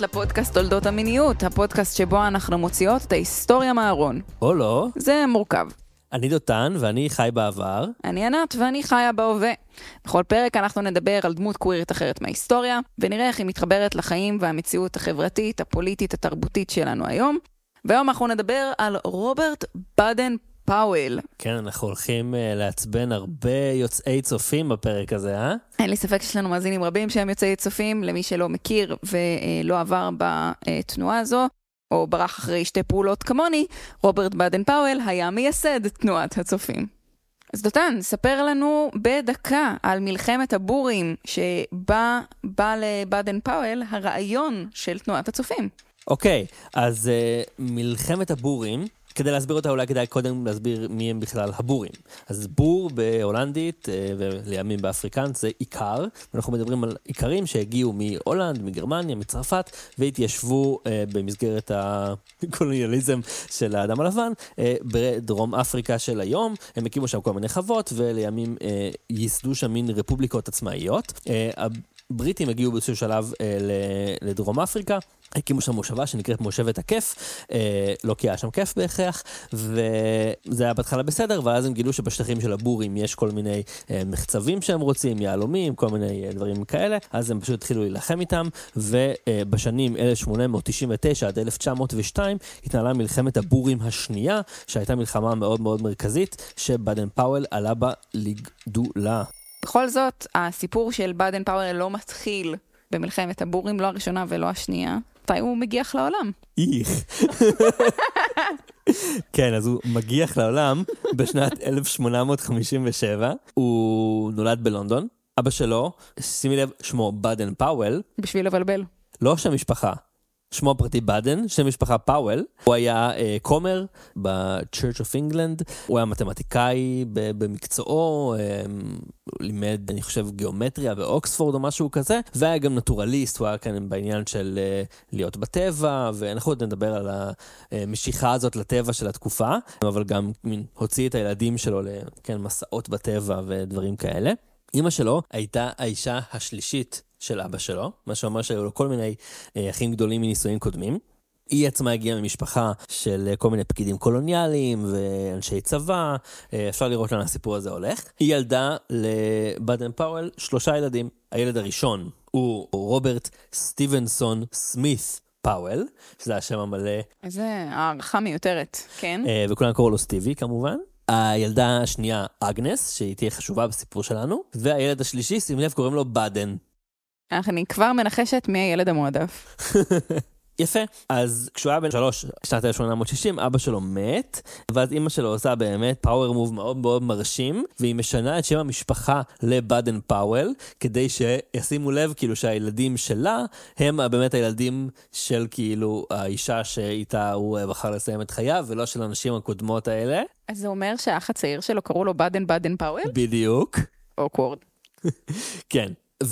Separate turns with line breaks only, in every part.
לפודקאסט תולדות המיניות, הפודקאסט שבו אנחנו מוציאות את ההיסטוריה מהארון.
או לא.
זה מורכב.
אני דותן ואני חי בעבר.
אני ענת ואני חיה בהווה. בכל פרק אנחנו נדבר על דמות קווירית אחרת מההיסטוריה, ונראה איך היא מתחברת לחיים והמציאות החברתית, הפוליטית, התרבותית שלנו היום. והיום אנחנו נדבר על רוברט באדן פאוול.
כן, אנחנו הולכים לעצבן הרבה יוצאי צופים בפרק הזה, אה?
אין לי ספק שיש לנו מאזינים רבים שהם יוצאי צופים, למי שלא מכיר ולא עבר בתנועה הזו, או ברח אחרי שתי פעולות כמוני, רוברט באדן פאוול היה מייסד תנועת הצופים. אז דותן, ספר לנו בדקה על מלחמת הבורים שבה לבאדן פאוול הרעיון של תנועת הצופים.
אוקיי, אז מלחמת הבורים, כדי להסביר אותה אולי כדאי קודם להסביר מי הם בכלל הבורים. אז בור בהולנדית ולימים באפריקנס זה עיקר, ואנחנו מדברים על עיקרים שהגיעו מהולנד, מגרמניה, מצרפת, והתיישבו במסגרת הקולוניאליזם של האדם הלבן, בדרום אפריקה של היום. הם הקימו שם כל מיני חוות, ולימים ייסדו שם מין רפובליקות עצמאיות. הבריטים הגיעו באיזשהו שלב לדרום אפריקה, הקימו שם מושבה שנקראת מושבת הכיף, לא כי היה שם כיף בהכרח, וזה היה בהתחלה בסדר, ואז הם גילו שבשטחים של הבורים יש כל מיני מחצבים שהם רוצים, יעלומים, כל מיני דברים כאלה, אז הם פשוט התחילו להילחם איתם, ובשנים 1899 עד 1902 התנהלה מלחמת הבורים השנייה, שהייתה מלחמה מאוד מאוד מרכזית, שבאדן פאוול עלה בה לגדולה.
בכל זאת, הסיפור של באדן פאוול לא מתחיל במלחמת הבורים, לא הראשונה ולא השנייה. מתי הוא מגיח לעולם?
איך. כן, אז הוא מגיח לעולם בשנת 1857. הוא נולד בלונדון. אבא שלו, שימי לב, שמו באדן פאוול.
בשביל לבלבל.
לא שם משפחה. שמו הפרטי באדן, שם משפחה פאוול. הוא היה כומר ב-Church of England, הוא היה מתמטיקאי במקצועו, לימד, אני חושב, גיאומטריה באוקספורד או משהו כזה, והיה גם נטורליסט, הוא היה כאן בעניין של להיות בטבע, ואנחנו עוד נדבר על המשיכה הזאת לטבע של התקופה, אבל גם הוציא את הילדים שלו למסעות בטבע ודברים כאלה. אמא שלו הייתה האישה השלישית של אבא שלו, מה שאומר שהיו לו כל מיני אחים גדולים מנישואים קודמים. היא עצמה הגיעה ממשפחה של כל מיני פקידים קולוניאליים ואנשי צבא, אפשר לראות לאן הסיפור הזה הולך. היא ילדה לבאדן פאוול 3 ילדים. הילד הראשון הוא רוברט סטיבנסון סמית פאוול, שזה השם המלא.
איזה הערכה מיותרת, כן?
וכולם קראו לו סטיבי כמובן. הילדה השנייה אגנס, שהיא תהיה חשובה בסיפור שלנו, והילד השלישי, שים לב, קוראים לו באדן.
אני כבר מנחשת מי הילד המועדף.
יפה. אז כשהוא היה בן 3, שנת 1860, אבא שלו מת, ואז אמא שלו עושה באמת פאוור מוב מאוד מאוד מרשים, והיא משנה את שם המשפחה לבאדן פאוול, כדי שישימו לב כאילו שהילדים שלה, הם באמת הילדים של כאילו האישה שאיתה הוא בחר לסיים את חייו, ולא של הנשים הקודמות האלה.
אז זה אומר שהאח הצעיר שלו קראו לו באדן פאוול?
בדיוק.
אוקוורד.
כן.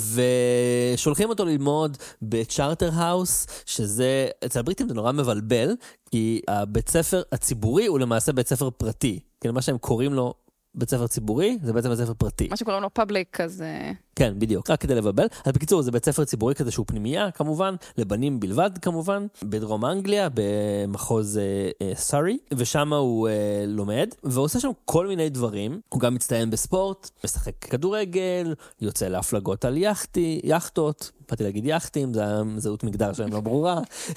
ושולחים אותו ללמוד בצ'ארטר האוס, שזה, אצל הבריטים זה נורא מבלבל, כי הבית ספר הציבורי הוא למעשה בית ספר פרטי. כן, מה שהם קוראים לו בית ספר ציבורי, זה בית ספר פרטי.
מה שקוראים לו פאבליק, אז...
כן, בדיוק, רק כדי לבלבל. אז בקיצור, זה בית ספר ציבורי כזה שהוא פנימייה, כמובן, לבנים בלבד, כמובן, בדרום אנגליה, במחוז סארי, ושם הוא לומד, ועושה שם כל מיני דברים. הוא גם מצטיין בספורט, משחק כדורגל, יוצא להפלגות על יאכטות, באתי להגיד יאכטים, זה זהות מגדר שלהם לא ברורה,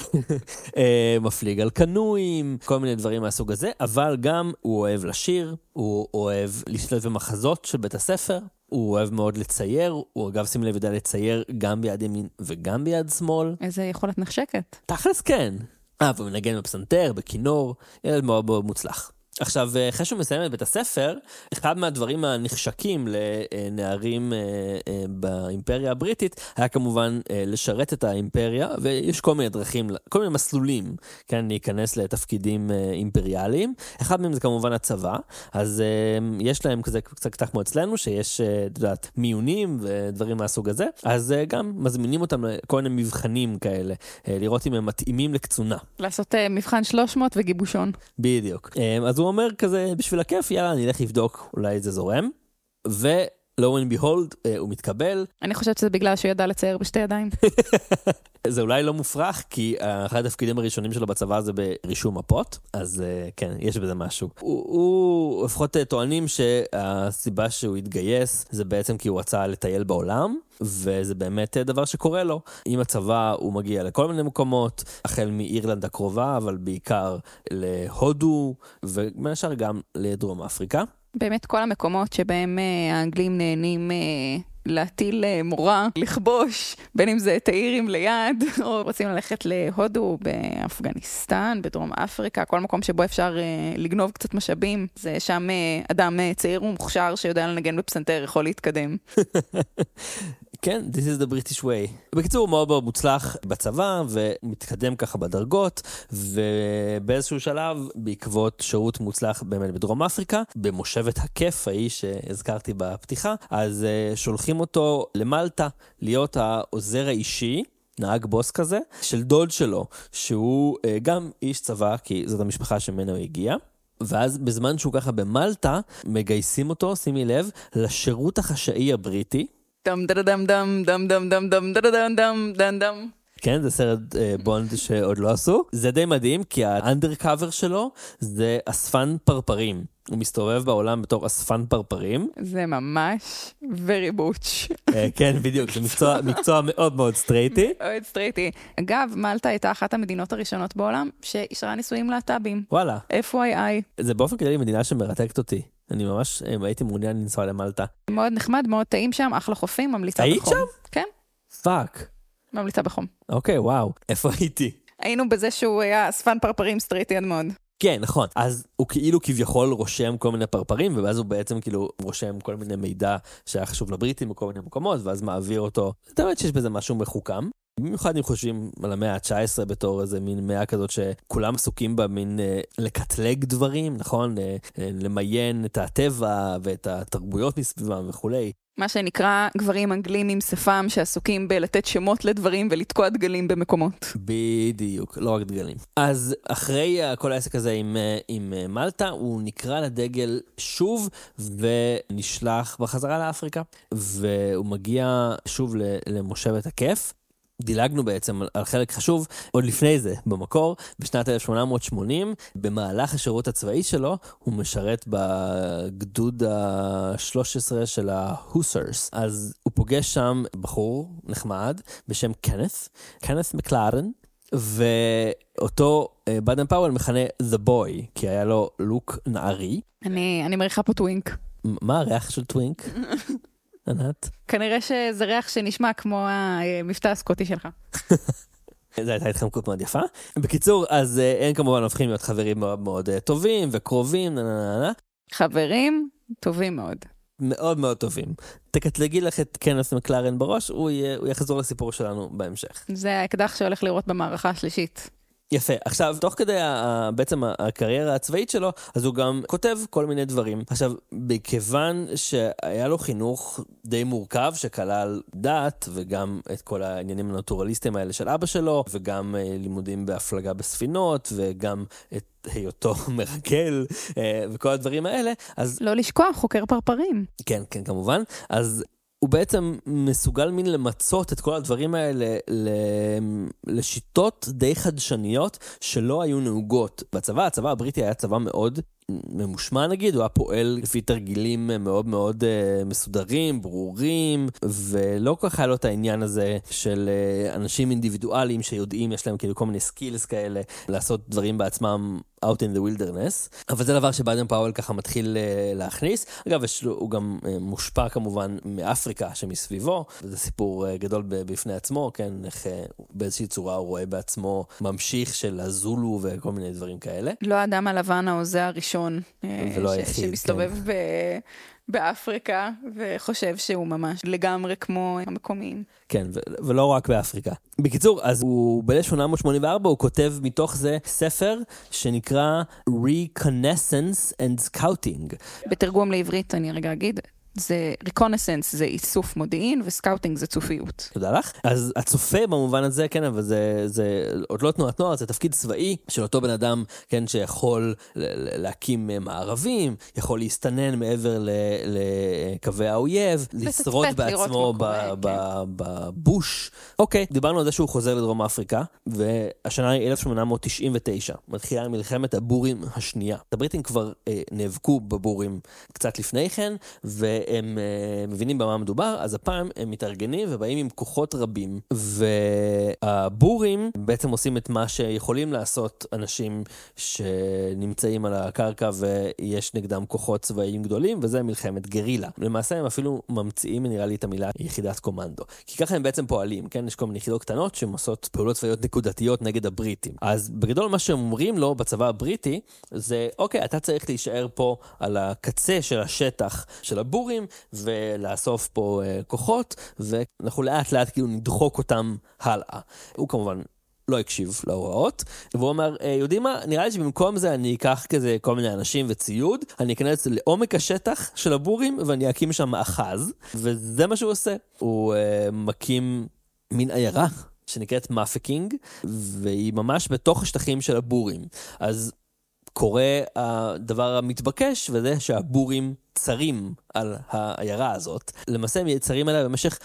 מפליג על קנויים, כל מיני דברים מהסוג הזה, אבל גם הוא אוהב לשיר, הוא אוהב להשתתף במחזות של בית הספר, הוא אוהב מאוד לצייר, הוא אגב שים לב יודע לצייר גם ביד ימין וגם ביד שמאל.
איזה יכולת נחשקת.
תכלס כן. והוא מנגן בפסנתר, בכינור, ילד מאוד מאוד מוצלח. עכשיו, אחרי שהוא מסיים את בית הספר, אחד מהדברים הנחשקים לנערים באימפריה הבריטית, היה כמובן לשרת את האימפריה, ויש כל מיני דרכים, כל מיני מסלולים, כן, להיכנס לתפקידים אימפריאליים. אחד מהם זה כמובן הצבא, אז יש להם כזה קצת כמו אצלנו, שיש, יודעת, מיונים ודברים מהסוג הזה, אז גם מזמינים אותם לכל מיני מבחנים כאלה, לראות אם הם מתאימים לקצונה.
לעשות מבחן 300 וגיבושון.
בדיוק. אז הוא אומר כזה, בשביל הכיף, יאללה, אני אלך לבדוק, אולי זה זורם. לא and behold, הוא מתקבל.
אני חושבת שזה בגלל שהוא ידע לצייר בשתי ידיים.
זה אולי לא מופרך, כי אחד התפקידים הראשונים שלו בצבא זה ברישום מפות, אז כן, יש בזה משהו. הוא לפחות טוענים שהסיבה שהוא התגייס זה בעצם כי הוא רצה לטייל בעולם, וזה באמת דבר שקורה לו. עם הצבא הוא מגיע לכל מיני מקומות, החל מאירלנד הקרובה, אבל בעיקר להודו, ובין השאר גם לדרום אפריקה.
באמת כל המקומות שבהם האנגלים נהנים להטיל מורה, לכבוש, בין אם זה תאירים ליד, או רוצים ללכת להודו, באפגניסטן, בדרום אפריקה, כל מקום שבו אפשר לגנוב קצת משאבים, זה שם אדם צעיר ומוכשר שיודע לנגן בפסנתר יכול להתקדם.
כן, this is the British way. בקיצור, הוא מאוד מאוד מוצלח בצבא, ומתקדם ככה בדרגות, ובאיזשהו שלב, בעקבות שירות מוצלח באמת בדרום אפריקה, במושבת הכיף, ההיא שהזכרתי בפתיחה, אז שולחים אותו למלטה, להיות העוזר האישי, נהג בוס כזה, של דוד שלו, שהוא גם איש צבא, כי זאת המשפחה שממנו הוא הגיע, ואז בזמן שהוא ככה במלטה, מגייסים אותו, שימי לב, לשירות החשאי הבריטי,
דם דם דם דם דם דם דם דם דם דם דם דם.
כן, זה סרט בונד שעוד לא עשו. זה די מדהים, כי האנדרקאבר שלו זה אספן פרפרים. הוא מסתובב בעולם בתור אספן פרפרים.
זה ממש very butch.
כן, בדיוק, זה מקצוע מאוד מאוד סטרייטי.
מאוד סטרייטי. אגב, מלטה הייתה אחת המדינות הראשונות בעולם שאישרה נישואים להט"בים.
וואלה.
FYI.
זה באופן כללי מדינה שמרתקת אותי. אני ממש הייתי מעוניין לנסוע למלטה.
מאוד נחמד, מאוד טעים שם, אחלה חופים, ממליצה בחום.
היית שם?
כן.
פאק.
ממליצה בחום.
אוקיי, וואו. איפה הייתי?
היינו בזה שהוא היה אספן פרפרים סטרייטי עד מאוד.
כן, נכון. אז הוא כאילו כביכול רושם כל מיני פרפרים, ואז הוא בעצם כאילו רושם כל מיני מידע שהיה חשוב לבריטים בכל מיני מקומות, ואז מעביר אותו. זאת אומרת שיש בזה משהו מחוכם. במיוחד אם חושבים על המאה ה-19 בתור איזה מין מאה כזאת שכולם עסוקים בה מין לקטלג דברים, נכון? למיין את הטבע ואת התרבויות מסביבם וכולי.
מה שנקרא גברים אנגלים עם שפם שעסוקים בלתת שמות לדברים ולתקוע דגלים במקומות.
בדיוק, לא רק דגלים. אז אחרי כל העסק הזה עם מלטה, הוא נקרא לדגל שוב ונשלח בחזרה לאפריקה, והוא מגיע שוב למושבת הכיף. דילגנו בעצם על חלק חשוב, עוד לפני זה, במקור, בשנת 1880, במהלך השירות הצבאי שלו, הוא משרת בגדוד ה-13 של ההוסרס. אז הוא פוגש שם בחור נחמד, בשם קנת מקלרן, ואותו באדן פאוול מכנה The Boy, כי היה לו לוק נערי.
אני מריחה פה טווינק.
מה הריח של טווינק? ענת?
כנראה שזה ריח שנשמע כמו המבטא הסקוטי שלך.
זו הייתה התחמקות מאוד יפה. בקיצור, אז הם כמובן הופכים להיות חברים מאוד מאוד טובים וקרובים,
חברים טובים מאוד.
מאוד מאוד טובים. תקטלגי לך את קנת מקלרן בראש, הוא יחזור לסיפור שלנו בהמשך.
זה האקדח שהולך לראות במערכה השלישית.
יפה. עכשיו, תוך כדי בעצם הקריירה הצבאית שלו, אז הוא גם כותב כל מיני דברים. עכשיו, בכיוון שהיה לו חינוך די מורכב, שכלל דת, וגם את כל העניינים הנטורליסטיים האלה של אבא שלו, וגם לימודים בהפלגה בספינות, וגם את היותו מרגל, וכל הדברים האלה, אז...
לא לשכוח, חוקר פרפרים.
כן, כן, כמובן. אז... הוא בעצם מסוגל מין למצות את כל הדברים האלה לשיטות די חדשניות שלא היו נהוגות בצבא. הצבא הבריטי היה צבא מאוד ממושמע נגיד, הוא היה פועל לפי תרגילים מאוד מאוד מסודרים, ברורים, ולא כל כך היה לו את העניין הזה של אנשים אינדיבידואליים שיודעים, יש להם כאילו כל מיני סקילס כאלה, לעשות דברים בעצמם out in the wilderness, אבל זה דבר שבאדן פאוול ככה מתחיל להכניס. אגב, הוא גם מושפע כמובן מאפריקה שמסביבו, וזה סיפור גדול בפני עצמו, כן, איך באיזושהי צורה הוא רואה בעצמו ממשיך של הזולו וכל מיני דברים כאלה.
לא האדם הלבן העוזה הראשון
ולא היחיד,
שמסתובב
כן.
באפריקה וחושב שהוא ממש לגמרי כמו המקומיים.
כן, ולא רק באפריקה. בקיצור, אז הוא ב-1884 הוא כותב מתוך זה ספר שנקרא Reconnaissance and Scouting.
בתרגום לעברית אני רגע אגיד, זה ריקונסנס, זה איסוף מודיעין, וסקאוטינג זה צופיות.
תודה לך. אז הצופה במובן הזה, כן, אבל זה עוד לא תנועת נוער, זה תפקיד צבאי של אותו בן אדם, כן, שיכול להקים מערבים, יכול להסתנן מעבר לקווי האויב, לשרוד בעצמו בבוש. אוקיי, דיברנו על זה שהוא חוזר לדרום אפריקה, והשנה היא 1899, מתחילה מלחמת הבורים השנייה. הבריטים כבר נאבקו בבורים קצת לפני כן, והם מבינים במה מדובר, אז הפעם הם מתארגנים ובאים עם כוחות רבים, והבורים בעצם עושים את מה שיכולים לעשות אנשים שנמצאים על הקרקע ויש נגדם כוחות צבאיים גדולים, וזה מלחמת גרילה. למעשה הם אפילו ממציאים, נראה לי, את המילה יחידת קומנדו. כי ככה הם בעצם פועלים, כן? יש כל מיני יחידות קטנות שהן עושות פעולות צבאיות נקודתיות נגד הבריטים. אז בגדול מה שהם אומרים לו בצבא הבריטי, זה אוקיי, אתה צריך להישאר פה על הקצה של השטח של הבורים, ולאסוף פה כוחות, ואנחנו לאט לאט כאילו נדחוק אותם הלאה. הוא כמובן לא הקשיב להוראות, והוא אומר, יודעים מה, נראה לי שבמקום זה אני אקח כזה כל מיני אנשים וציוד, אני אכנס לעומק השטח של הבורים, ואני אקים שם מאחז, וזה מה שהוא עושה. הוא מקים מין עיירה, שנקראת מאפקינג, והיא ממש בתוך השטחים של הבורים. אז קורה הדבר המתבקש, וזה שהבורים צרים על העיירה הזאת. למעשה הם צרים עליה במשך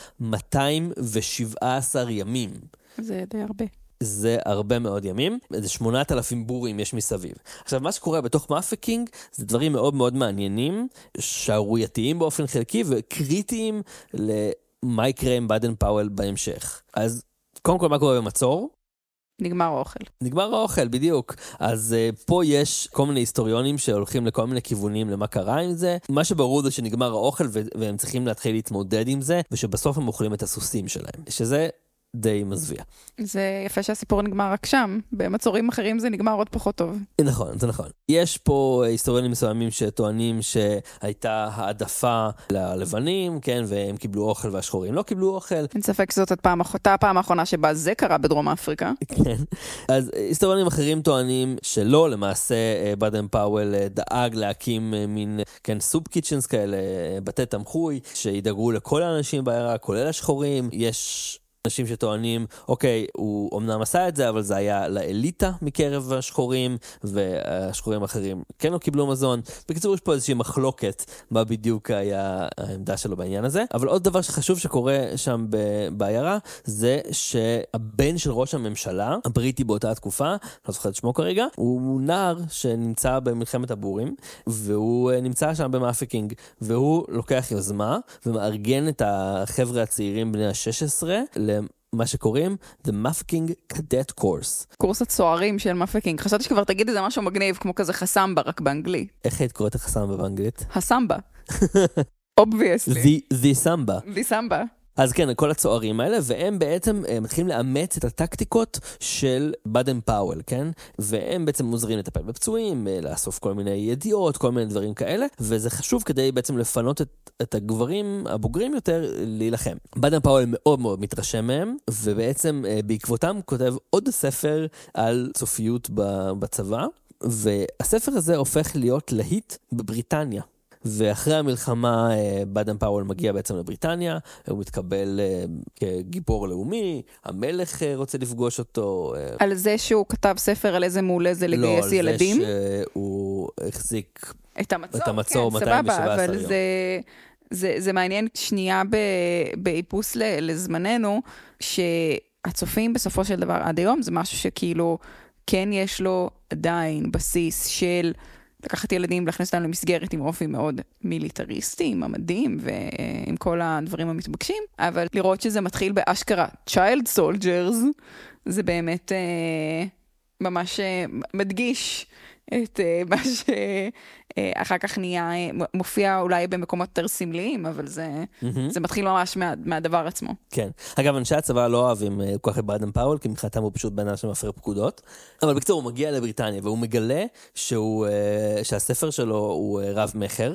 217 ימים.
זה די הרבה.
זה הרבה מאוד ימים, זה 8,000 בורים יש מסביב. עכשיו, מה שקורה בתוך מאפקינג, זה דברים מאוד מאוד מעניינים, שערורייתיים באופן חלקי, וקריטיים למה יקרה עם באדן פאוול בהמשך. אז קודם כל, מה קורה במצור?
נגמר האוכל.
נגמר האוכל, בדיוק. אז פה יש כל מיני היסטוריונים שהולכים לכל מיני כיוונים למה קרה עם זה. מה שברור זה שנגמר האוכל והם צריכים להתחיל להתמודד עם זה, ושבסוף הם אוכלים את הסוסים שלהם. שזה די מזוויע.
זה יפה שהסיפור נגמר רק שם. במצורים אחרים זה נגמר עוד פחות טוב.
נכון, זה נכון. יש פה היסטוריונים מסוימים שטוענים שהייתה העדפה ללבנים, כן, והם קיבלו אוכל והשחורים לא קיבלו אוכל.
אין ספק שזאת הפעם האחרונה שבה זה קרה בדרום אפריקה.
כן. אז היסטוריונים אחרים טוענים שלא, למעשה באדן פאוול דאג להקים מין, כן, סופ קיצ'נס כאלה, בתי תמחוי, שידאגו לכל האנשים בעיירה, כולל השחורים. יש אנשים שטוענים, אוקיי, הוא אמנם עשה את זה, אבל זה היה לאליטה מקרב השחורים, והשחורים האחרים כן לא קיבלו מזון. בקיצור, יש פה איזושהי מחלוקת, מה בדיוק היה העמדה שלו בעניין הזה. אבל עוד דבר שחשוב שקורה שם בעיירה, זה שהבן של ראש הממשלה, הבריטי באותה התקופה, לא זוכר את שמו כרגע, הוא נער שנמצא במלחמת הבורים, והוא נמצא שם במאפקינג, והוא לוקח יוזמה, ומארגן את החבר'ה הצעירים בני ה-16, מה שקוראים The Mafeking Cadet Course.
קורס הצוערים של מאפקינג. חשבתי שכבר תגיד את זה משהו מגניב, כמו כזה חסמבה, רק באנגלית.
איך היית קוראת החסמבה באנגלית?
הסמבה. Obviously.
The Samba.
The Samba.
אז כן, כל הצוערים האלה, והם בעצם מתחילים לאמץ את הטקטיקות של באדן פאוול, כן? והם בעצם מוזרים לטפל בפצועים, לאסוף כל מיני ידיעות, כל מיני דברים כאלה, וזה חשוב כדי בעצם לפנות את הגברים הבוגרים יותר להילחם. באדן פאוול מאוד מאוד מתרשם מהם, ובעצם בעקבותם כותב עוד ספר על צופיות בצבא, והספר הזה הופך להיות להיט בבריטניה. ואחרי המלחמה באדן פאוול מגיע בעצם לבריטניה, הוא מתקבל כגיבור לאומי, המלך רוצה לפגוש אותו.
על זה שהוא כתב ספר על איזה מעולה זה לגייס ילדים?
לא, על זה שהוא החזיק
את
המצור,
כן,
217
סבבה, אבל
יום.
זה מעניין שנייה באיפוס לזמננו, שהצופים בסופו של דבר עד היום, זה משהו שכאילו כן יש לו עדיין בסיס של לקחת ילדים, להכניס אותם למסגרת עם אופי מאוד מיליטריסטי, עם המדים ועם כל הדברים המתבקשים, אבל לראות שזה מתחיל באשכרה Child Soldiers, זה באמת ממש מדגיש את מה שאחר כך נהיה, מופיע אולי במקומות יותר סמליים, אבל זה מתחיל ממש מהדבר עצמו.
כן. אגב, אנשי הצבא לא אוהבים כל כך את באדן פאוול, כי מבחינתם הוא פשוט בן אדם שמפר פקודות. אבל בקצור, הוא מגיע לבריטניה, והוא מגלה שהספר שלו הוא רב מחר,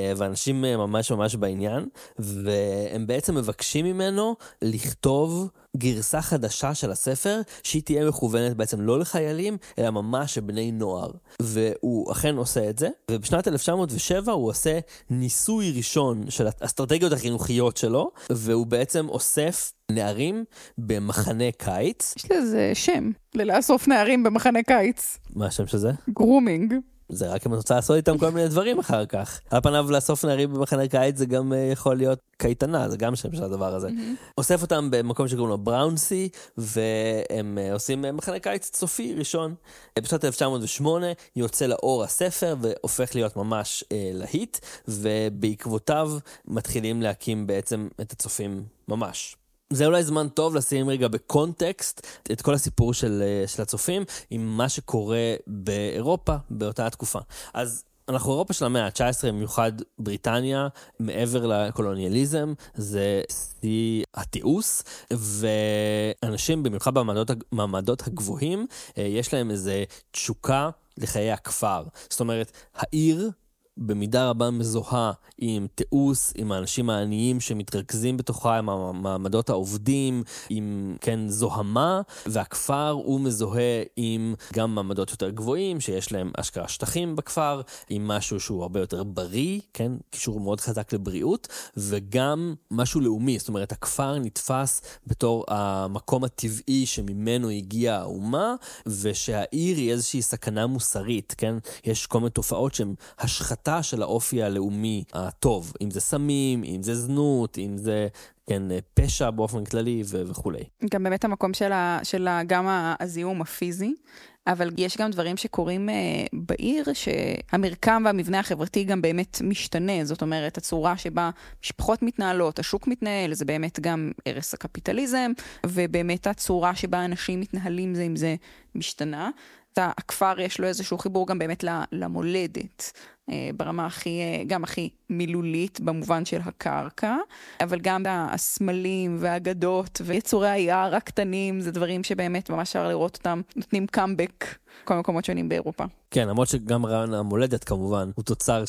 ואנשים ממש ממש בעניין, והם בעצם מבקשים ממנו לכתוב גרסה חדשה של הספר, שהיא תהיה מכוונת בעצם לא לחיילים, אלא ממש לבני נוער. והוא אכן עושה את זה, ובשנת 1907 הוא עושה ניסוי ראשון של האסטרטגיות החינוכיות שלו, והוא בעצם אוסף נערים במחנה קיץ.
יש לזה שם, לאסוף נערים במחנה קיץ.
מה השם של זה?
גרומינג.
זה רק אם את רוצה לעשות איתם כל מיני דברים אחר כך. על פניו לאסוף נערים במחנה קיץ זה גם יכול להיות קייטנה, זה גם שם של הדבר הזה. אוסף אותם במקום שקוראים לו בראונסי, והם עושים מחנה קיץ צופי ראשון. בשנת 1908 יוצא לאור הספר והופך להיות ממש להיט, ובעקבותיו מתחילים להקים בעצם את הצופים ממש. זה אולי זמן טוב לשים רגע בקונטקסט את כל הסיפור של הצופים עם מה שקורה באירופה באותה התקופה. אז אנחנו אירופה של המאה ה-19, במיוחד בריטניה, מעבר לקולוניאליזם, זה שיא התיעוש, ואנשים במיוחד במעמדות הגבוהים, יש להם איזה תשוקה לחיי הכפר. זאת אומרת, העיר במידה רבה מזוהה עם תיעוש, עם האנשים העניים שמתרכזים בתוכה, עם המעמדות העובדים, עם כן זוהמה, והכפר הוא מזוהה עם גם מעמדות יותר גבוהים, שיש להם אשכרה שטחים בכפר, עם משהו שהוא הרבה יותר בריא, כן, קישור מאוד חזק לבריאות, וגם משהו לאומי, זאת אומרת, הכפר נתפס בתור המקום הטבעי שממנו הגיעה האומה, ושהעיר היא איזושהי סכנה מוסרית, כן, יש כל מיני תופעות שהן השחתה של האופי הלאומי הטוב, אם זה סמים, אם זה זנות, אם זה כן, פשע באופן כללי וכו'.
גם באמת המקום של גם הזיהום הפיזי, אבל יש גם דברים שקורים בעיר, שהמרקם והמבנה החברתי גם באמת משתנה, זאת אומרת, הצורה שבה משפחות מתנהלות, השוק מתנהל, זה באמת גם ערש הקפיטליזם, ובאמת הצורה שבה אנשים מתנהלים זה עם זה משתנה. הכפר יש לו איזשהו חיבור גם באמת למולדת, ברמה גם הכי מילולית במובן של הקרקע, אבל גם הסמלים והאגדות ויצורי היער הקטנים, זה דברים שבאמת ממש אפשר לראות אותם, נותנים קאמבק כל מקומות שונים באירופה.
כן, למרות שגם רעיון המולדת כמובן הוא תוצר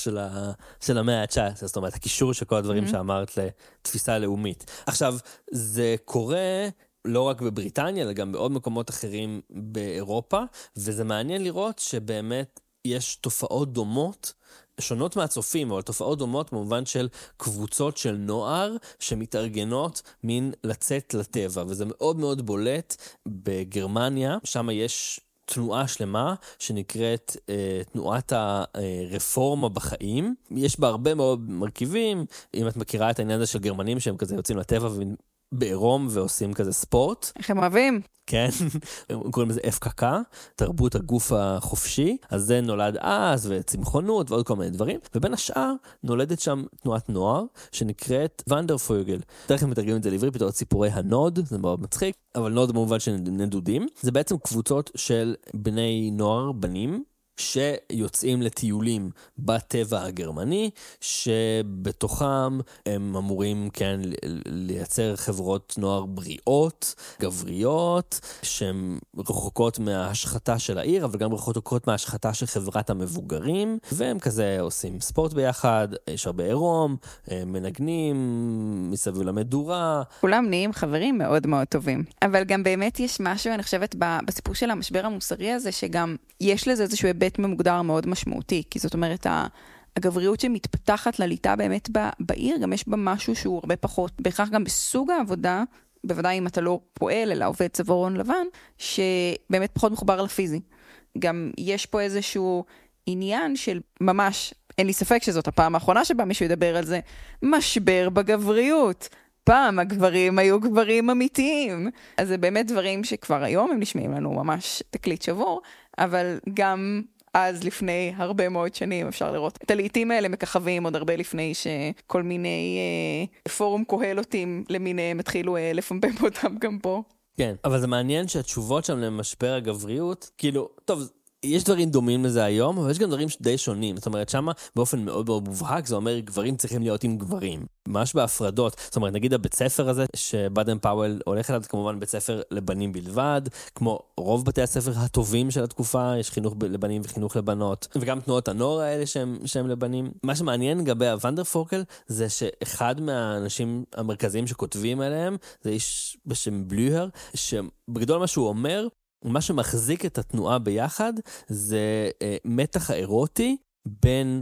של המאה ה-19, זאת אומרת, הקישור של כל הדברים שאמרת לתפיסה לאומית. עכשיו, זה קורה לא רק בבריטניה, אלא גם בעוד מקומות אחרים באירופה, וזה מעניין לראות שבאמת יש תופעות דומות, שונות מהצופים, אבל תופעות דומות במובן של קבוצות של נוער שמתארגנות מין לצאת לטבע, וזה מאוד מאוד בולט בגרמניה, שם יש תנועה שלמה שנקראת תנועת הרפורמה בחיים. יש בה הרבה מאוד מרכיבים, אם את מכירה את העניין הזה של גרמנים שהם כזה יוצאים לטבע בעירום ועושים כזה ספורט.
איך הם אוהבים?
כן, הם קוראים לזה FKK, תרבות הגוף החופשי, אז זה נולד אז, וצמחונות ועוד כל מיני דברים, ובין השאר נולדת שם תנועת נוער, שנקראת ונדרפויגל. דרך כלל מתרגמים את זה לעברית בתור ציפורי הנוד, זה מאוד מצחיק, אבל נוד במובן של נדודים, זה בעצם קבוצות של בני נוער, בנים, שיוצאים לטיולים בטבע הגרמני, שבתוכם הם אמורים כן לייצר חברות נוער בריאות, גבריות, שהן רחוקות מההשחתה של העיר, אבל גם רחוקות מההשחתה של חברת המבוגרים, והם כזה עושים ספורט ביחד, יש הרבה עירום, מנגנים, מסביב למדורה.
כולם נהיים חברים מאוד מאוד טובים. אבל גם באמת יש משהו, אני חושבת, בסיפור של המשבר המוסרי הזה, שגם יש לזה איזשהו היבט ממוגדר מאוד משמעותי, כי זאת אומרת, הגבריות שמתפתחת לליטה באמת בעיר, גם יש בה משהו שהוא הרבה פחות, בהכרח גם בסוג העבודה, בוודאי אם אתה לא פועל, אלא עובד צווארון לבן, שבאמת פחות מחובר לפיזי. גם יש פה איזשהו עניין של ממש, אין לי ספק שזאת הפעם האחרונה שבה מישהו ידבר על זה, משבר בגבריות. פעם הגברים היו גברים אמיתיים. אז זה באמת דברים שכבר היום הם נשמעים לנו ממש תקליט שבור, אבל גם אז לפני הרבה מאוד שנים אפשר לראות את הלעיתים האלה מככבים עוד הרבה לפני שכל מיני פורום קהלותים למיניהם התחילו לפמפם אותם גם פה.
כן, אבל זה מעניין שהתשובות שם למשבר הגבריות, כאילו, טוב, יש דברים דומים לזה היום, אבל יש גם דברים די שונים. זאת אומרת, שמה באופן מאוד מאוד מובהק, זה אומר גברים צריכים להיות עם גברים. ממש בהפרדות. זאת אומרת, נגיד הבית ספר הזה, שבאדן פאוול הולך אליו, כמובן בית ספר לבנים בלבד, כמו רוב בתי הספר הטובים של התקופה, יש חינוך לבנים וחינוך לבנות, וגם תנועות הנוער האלה שהם לבנים. מה שמעניין לגבי הוונדרפורקל, זה שאחד מהאנשים המרכזיים שכותבים עליהם, זה איש בשם בלוהר, שבגדול מה שהוא אומר, מה שמחזיק את התנועה ביחד, זה מתח האירוטי בין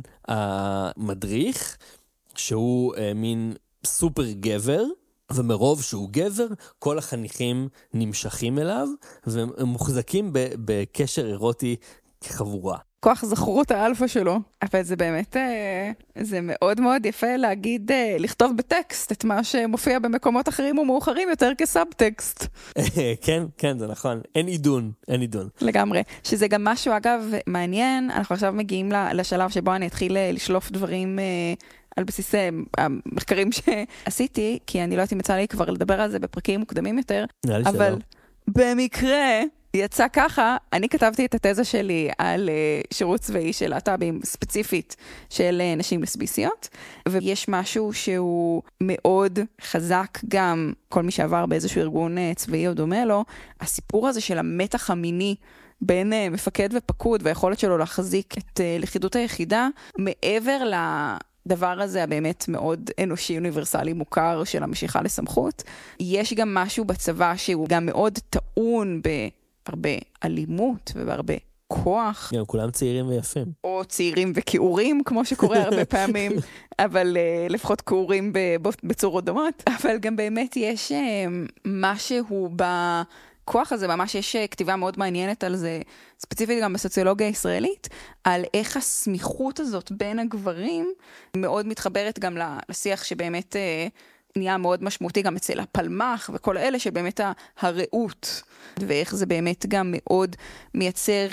המדריך, שהוא מין סופר גבר, ומרוב שהוא גבר, כל החניכים נמשכים אליו, והם מוחזקים בקשר אירוטי כחבורה.
כוח זכרות האלפא שלו, אבל זה באמת, זה מאוד מאוד יפה להגיד, לכתוב בטקסט את מה שמופיע במקומות אחרים ומאוחרים יותר כסאבטקסט.
כן, כן, זה נכון. אין עידון, אין עידון.
לגמרי. שזה גם משהו, אגב, מעניין, אנחנו עכשיו מגיעים לשלב שבו אני אתחיל לשלוף דברים על בסיס המחקרים שעשיתי, כי אני לא הייתי מצא לי כבר לדבר על זה בפרקים מוקדמים יותר, אבל במקרה יצא ככה, אני כתבתי את התזה שלי על שירות צבאי של להט"בים ספציפית של נשים לסביסיות, ויש משהו שהוא מאוד חזק גם כל מי שעבר באיזשהו ארגון צבאי או דומה לו, הסיפור הזה של המתח המיני בין מפקד ופקוד והיכולת שלו להחזיק את לכידות היחידה, מעבר לדבר הזה הבאמת מאוד אנושי אוניברסלי מוכר של המשיכה לסמכות, יש גם משהו בצבא שהוא גם מאוד טעון בהרבה אלימות ובהרבה כוח.
גם כולם צעירים ויפים.
או צעירים וכיעורים, כמו שקורה הרבה פעמים, אבל לפחות כיעורים בצורות דומות. אבל גם באמת יש משהו בכוח הזה, ממש יש כתיבה מאוד מעניינת על זה, ספציפית גם בסוציולוגיה הישראלית, על איך הסמיכות הזאת בין הגברים מאוד מתחברת גם לשיח שבאמת נהיה מאוד משמעותי גם אצל הפלמח וכל אלה שבאמת הרעות, ואיך זה באמת גם מאוד מייצר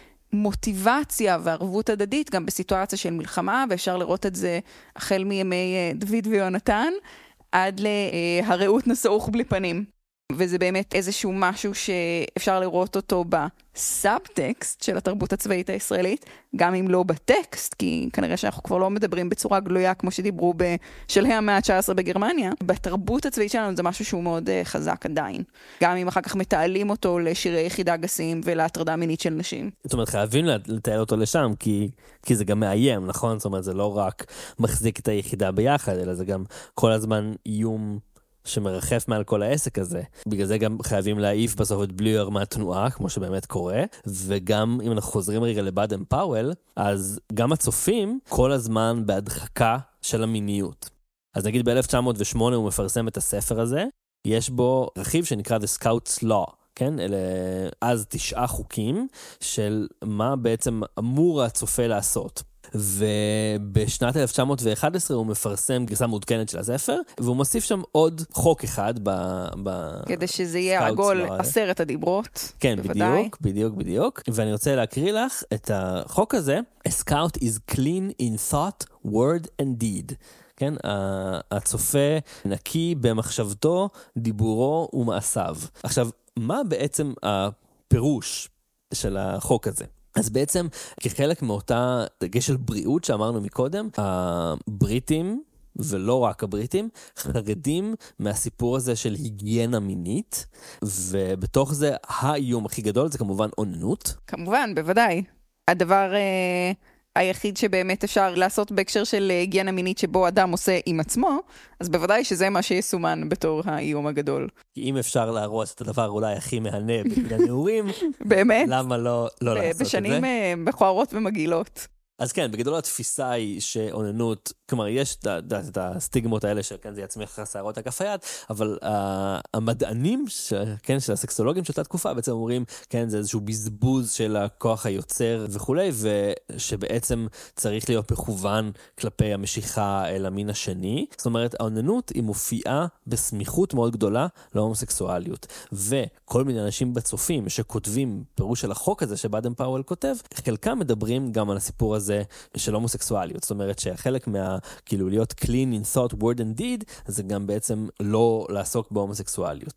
מוטיבציה וערבות הדדית גם בסיטואציה של מלחמה, ואפשר לראות את זה החל מימי דוד ויונתן, עד להרעות נסעוך בלי פנים. וזה באמת איזשהו משהו שאפשר לראות אותו בסאבטקסט של התרבות הצבאית הישראלית, גם אם לא בטקסט, כי כנראה שאנחנו כבר לא מדברים בצורה גלויה כמו שדיברו בשלהי המאה ה-19 בגרמניה. בתרבות הצבאית שלנו זה משהו שהוא מאוד חזק עדיין. גם אם אחר כך מתעלים אותו לשירי יחידה גסים ולהטרדה מינית של נשים.
זאת אומרת, חייבים לתאר אותו לשם, כי זה גם מאיים, נכון? זאת אומרת, זה לא רק מחזיק את היחידה ביחד, אלא זה גם כל הזמן איום שמרחף מעל כל העסק הזה. בגלל זה גם חייבים להעיף בסוף את בלוהר מהתנועה, כמו שבאמת קורה, וגם אם אנחנו חוזרים רגע לבאדן פאוול, אז גם הצופים כל הזמן בהדחקה של המיניות. אז נגיד ב-1908 הוא מפרסם את הספר הזה, יש בו רכיב שנקרא The Scout's Law, כן? אלה אז 9 חוקים של מה בעצם אמור הצופה לעשות. ובשנת 1911 הוא מפרסם גרסה מעודכנת של הספר, והוא מוסיף שם עוד חוק אחד
כדי שזה יהיה עגול 10 הדיברות.
כן, בדיוק. ואני רוצה להקריא לך את החוק הזה. A scout is clean in thought, word and deed. כן, הצופה נקי במחשבתו, דיבורו ומעשיו. עכשיו, מה בעצם הפירוש של החוק הזה? אז בעצם, כחלק מאותה דגש של בריאות שאמרנו מקודם, הבריטים, ולא רק הבריטים, חרדים מהסיפור הזה של היגיינה מינית, ובתוך זה האיום הכי גדול זה כמובן אוננות.
כמובן, בוודאי. הדבר היחיד שבאמת אפשר לעשות בהקשר של היגיינה מינית שבו אדם עושה עם עצמו, אז בוודאי שזה מה שיסומן בתור האיום הגדול.
כי אם אפשר להרוס את הדבר אולי הכי מהנה בגלל הנעורים,
באמת?
למה לא לעשות את זה?
בשנים מכוערות ומגעילות.
אז כן, בגדול התפיסה היא שאוננות, כלומר, יש את הסטיגמות האלה שכן, זה יצמיח לך שערות הכף היד, אבל המדענים, כן, של הסקסולוגים של אותה תקופה, בעצם אומרים, כן, זה איזשהו בזבוז של הכוח היוצר וכולי, ושבעצם צריך להיות מכוון כלפי המשיכה אל המין השני. זאת אומרת, האוננות היא מופיעה בסמיכות מאוד גדולה להומוסקסואליות. וכל מיני אנשים בצופים שכותבים פירוש של החוק הזה שבאדן פאוול כותב, חלקם מדברים גם על הסיפור הזה של הומוסקסואליות. זאת אומרת שחלק כאילו להיות clean in thought, word and deed, זה גם בעצם לא לעסוק בהומוסקסואליות.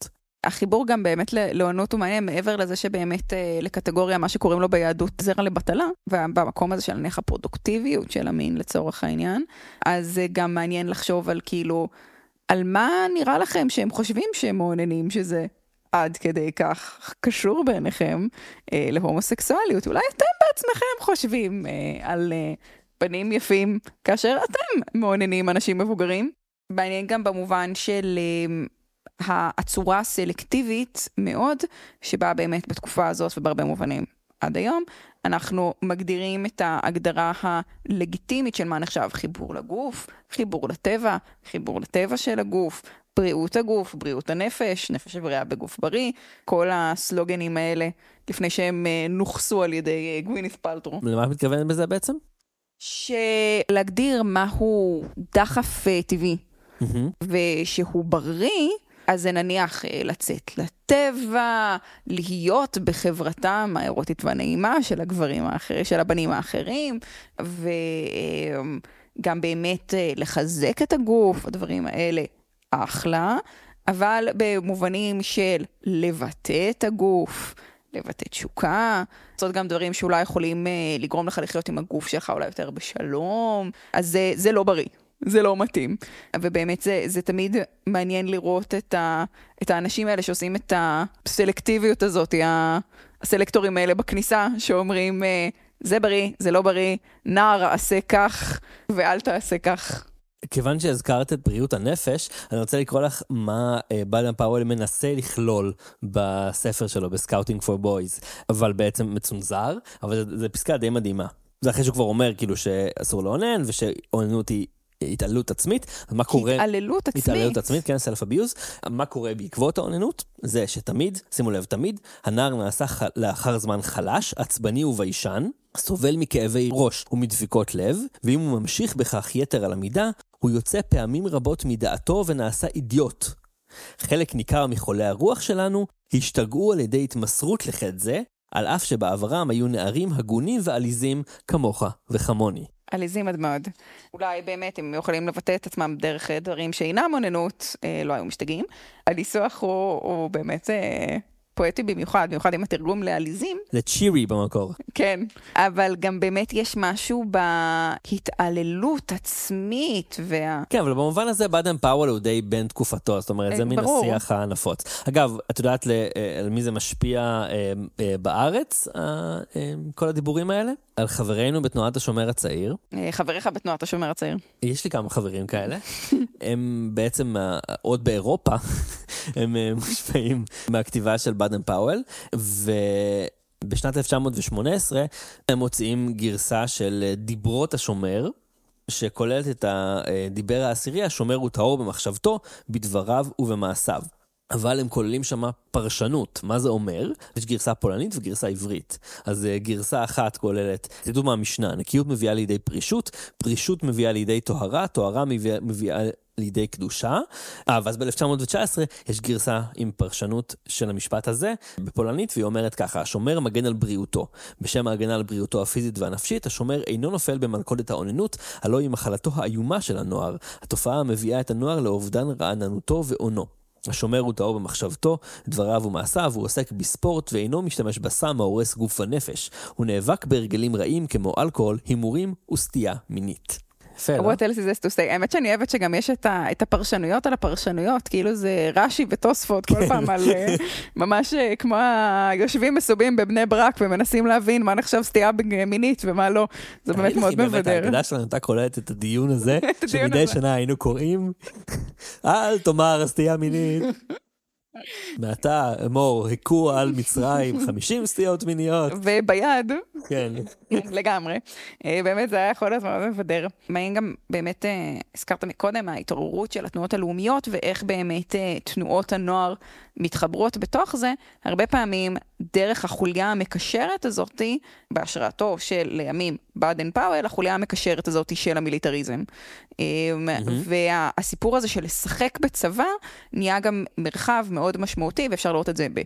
החיבור גם באמת לאונות הוא מעניין, מעבר לזה שבאמת לקטגוריה, מה שקוראים לו ביהדות זרע לבטלה, ובמקום הזה של נניח הפרודוקטיביות של המין לצורך העניין, אז זה גם מעניין לחשוב על כאילו, על מה נראה לכם שהם חושבים שהם מעוננים, שזה עד כדי כך קשור בעיניכם להומוסקסואליות. אולי אתם בעצמכם חושבים על פנים יפים, כאשר אתם מעוננים אנשים מבוגרים. מעניין גם במובן של הצורה הסלקטיבית מאוד, שבה באמת בתקופה הזאת ובהרבה מובנים עד היום, אנחנו מגדירים את ההגדרה הלגיטימית של מה נחשב חיבור לגוף, חיבור לטבע של הגוף, בריאות הגוף, בריאות הנפש, נפש בריאה בגוף בריא, כל הסלוגנים האלה, לפני שהם נוחסו על ידי גווינית פלטרו.
למה את מתכוונת בזה בעצם?
שלהגדיר מהו דחף טבעי, ושהוא בריא, אז זה נניח לצאת לטבע, להיות בחברתם האירוטית והנעימה של הגברים האחרים, של הבנים האחרים, וגם באמת לחזק את הגוף, הדברים האלה אחלה, אבל במובנים של לבטא את הגוף, לבטא תשוקה, זאת גם דברים שאולי יכולים לגרום לך לחיות עם הגוף שלך אולי יותר בשלום, אז זה לא בריא. זה לא מתאים. ובאמת זה תמיד מעניין לראות את האנשים האלה שעושים את הסלקטיביות הזאת, הסלקטורים האלה בכניסה, שאומרים, זה בריא, זה לא בריא, נער עשה כך, ואל תעשה כך.
כיוון שהזכרת את בריאות הנפש, אני רוצה לקרוא לך מה באדן פאוול מנסה לכלול בספר שלו, בסקאוטינג פור בויז, אבל בעצם מצונזר, אבל זה פסקה די מדהימה. זה אחרי שהוא כבר אומר כאילו שאסור לאונן, ושאוננות היא התעללות עצמית, מה קורה...
התעללות עצמית.
התעללות עצמית, כן, self abuse. מה קורה בעקבות האוננות? זה שתמיד, שימו לב, תמיד, הנער נעשה לאחר זמן חלש, עצבני וביישן, סובל מכאבי ראש ומדפיקות לב, ואם הוא ממשיך בכך יתר על המידה, הוא יוצא פעמים רבות מדעתו ונעשה אידיוט. חלק ניכר מחולי הרוח שלנו השתגעו על ידי התמסרות לחטא זה, על אף שבעברם היו נערים הגונים ועליזים כמוך וכמוני.
עליזים עד מאוד. אולי באמת הם יכולים לבטא את עצמם דרך דברים שאינם אוננות, לא היו משתגעים. הניסוח הוא באמת פואטי במיוחד עם התרגום לעליזים.
זה צ'ירי במקור.
כן, אבל גם באמת יש משהו בהתעללות עצמית.
כן, אבל במובן הזה באדן פאוול הוא די בין תקופתו, זאת אומרת, זה מן השיח הנפוץ. אגב, את יודעת על מי זה משפיע בארץ, כל הדיבורים האלה? על חברינו בתנועת השומר הצעיר.
חבריך בתנועת השומר הצעיר. יש
לי כמה חברים כאלה. הם בעצם עוד באירופה, הם מושפעים מהכתיבה של באדן פאוול, ובשנת 1918 הם מוציאים גרסה של דיברות השומר, שכוללת את הדיבר העשירי, השומר הוא טהור במחשבתו, בדבריו ובמעשיו. אבל הם כוללים שם פרשנות. מה זה אומר? יש גרסה פולנית וגרסה עברית. אז גרסה אחת כוללת, תדעו מה המשנה, נקיות מביאה לידי פרישות, פרישות מביאה לידי טהרה, טהרה מביאה לידי קדושה. ואז ב-1919 יש גרסה עם פרשנות של המשפט הזה בפולנית, והיא אומרת ככה, השומר מגן על בריאותו. בשם ההגנה על בריאותו הפיזית והנפשית, השומר אינו נופל במלכודת האוננות, הלא היא מחלתו האיומה של הנוער. התופעה מביאה את הנוער לאובדן רעננותו ועונו. השומר הוא טהור במחשבתו, דבריו ומעשיו, הוא עוסק בספורט ואינו משתמש בסם ההורס גוף ונפש. הוא נאבק בהרגלים רעים כמו אלכוהול, הימורים וסטייה מינית.
What else is to say? האמת שאני אוהבת שגם יש את הפרשנויות על הפרשנויות, כאילו זה רש"י ותוספות כל פעם על ממש כמו היושבים מסובים בבני ברק ומנסים להבין מה נחשב סטייה מינית ומה לא. זה באמת מאוד מבדר.
ההגדה שלנו הייתה קולטת את הדיון הזה, שמדי שנה היינו קוראים, אל תאמר סטייה מינית. מעתה, אמור, הכו על מצרים 50 סטיות מיניות.
וביד.
כן.
לגמרי. באמת זה היה יכול להיות מאוד מבדר. מעניין גם באמת, הזכרת מקודם, ההתעוררות של התנועות הלאומיות, ואיך באמת תנועות הנוער מתחברות בתוך זה, הרבה פעמים דרך החוליה המקשרת הזאת, בהשראתו של לימים באדן פאוול, החוליה המקשרת הזאת של המיליטריזם. והסיפור הזה של לשחק בצבא, נהיה גם מרחב מאוד משמעותי, ואפשר לראות את זה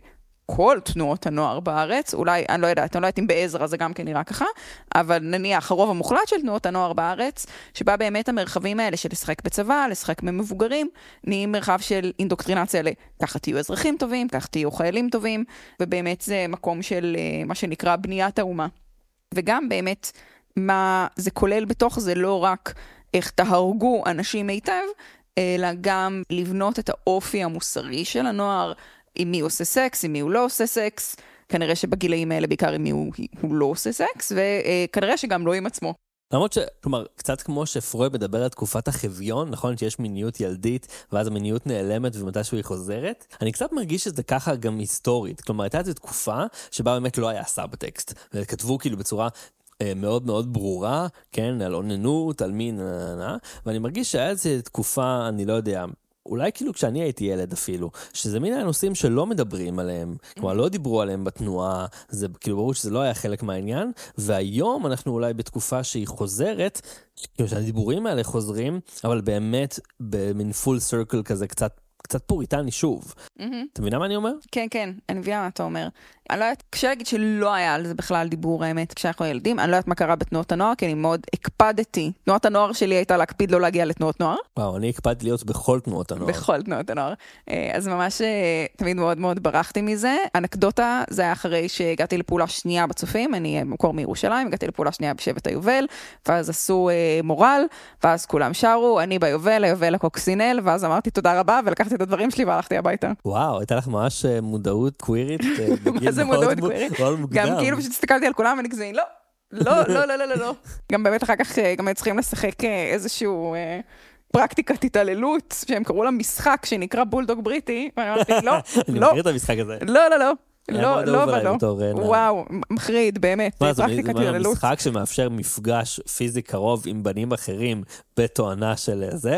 כל תנועות הנוער בארץ, אולי, אני לא יודעת אם בעזרה זה גם כן נראה ככה, אבל נניח הרוב המוחלט של תנועות הנוער בארץ, שבה באמת המרחבים האלה של לשחק בצבא, לשחק ממבוגרים, נהיים מרחב של אינדוקטרינציה ככה תהיו אזרחים טובים, ככה תהיו חיילים טובים, ובאמת זה מקום של מה שנקרא בניית האומה. וגם באמת מה זה כולל בתוך זה לא רק איך תהרגו אנשים מיטב, אלא גם לבנות את האופי המוסרי של הנוער, עם מי עושה סקס, עם מי הוא לא עושה סקס, כנראה שבגילאים האלה בעיקר עם מי הוא לא עושה סקס, וכנראה שגם לא עם עצמו.
למרות כלומר, קצת כמו שפרויד מדבר על תקופת החוויון, נכון שיש מיניות ילדית, ואז המיניות נעלמת ומתישהו היא חוזרת, אני קצת מרגיש שזה ככה גם היסטורית, כלומר, הייתה איזו תקופה שבה באמת לא היה סאבטקסט, וכתבו כאילו בצורה מאוד מאוד ברורה, כן, על אוננות, על מין, ואני מרגיש שהיה איזו תקופה, אני לא יודע, אולי כאילו כשאני הייתי ילד אפילו, שזה מין הנושאים שלא מדברים עליהם, כלומר לא דיברו עליהם בתנועה, זה כאילו ברור שזה לא היה חלק מהעניין, והיום אנחנו אולי בתקופה שהיא חוזרת, כאילו שהדיבורים האלה חוזרים, אבל באמת במין פול סרקל כזה קצת פוריטני שוב. אתה מבינה מה אני אומר?
כן, כן, אני מבינה מה אתה אומר. אני לא יודעת, קשה להגיד שלא היה על זה בכלל דיבור האמת כשאנחנו ילדים, אני לא יודעת מה קרה בתנועות הנוער, כי אני מאוד הקפדתי. תנועת הנוער שלי הייתה להקפיד לא להגיע לתנועות נוער.
וואו, אני הקפדתי להיות בכל תנועות הנוער.
בכל תנועות הנוער. אז ממש תמיד מאוד מאוד ברחתי מזה. אנקדוטה, זה היה אחרי שהגעתי לפעולה שנייה בצופים, אני במקור מירושלים, הגעתי לפעולה שנייה בשבט היובל, ואז עשו מורל, ואז כולם שרו, אני ביובל, היובל הקוקסינל, ואז אמרתי תודה רבה, ולקחתי את הדברים שלי והלכתי הביתה.
וואו, הייתה לך ממש מודעות קווירית.
מה זה מודעות קווירית? גם כאילו פשוט הסתכלתי על כולם ואני כזה, לא, לא, לא, לא, לא, לא. גם באמת אחר כך גם היו צריכים לשחק איזשהו פרקטיקת התעללות, שהם קראו לה משחק שנקרא בולדוג בריטי, ואני אמרתי, לא,
אני
לא.
מכיר את המשחק הזה.
לא, לא, לא. לא, לא ולא. וואו, מחריד, באמת.
זה משחק שמאפשר מפגש פיזי קרוב עם בנים אחרים בתואנה של זה?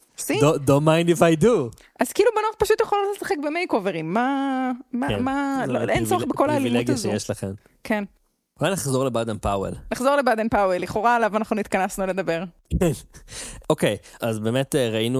Don't mind if I do.
אז כאילו בנות פשוט יכולות לשחק במייק-אוברים. מה, אין צורך בכל האלימות הזו.
פריבילגיה שיש לכם.
כן.
אולי נחזור לבאדן פאוול.
נחזור לבאדן פאוול, לכאורה עליו אנחנו נתכנסנו לדבר.
אוקיי, אז באמת ראינו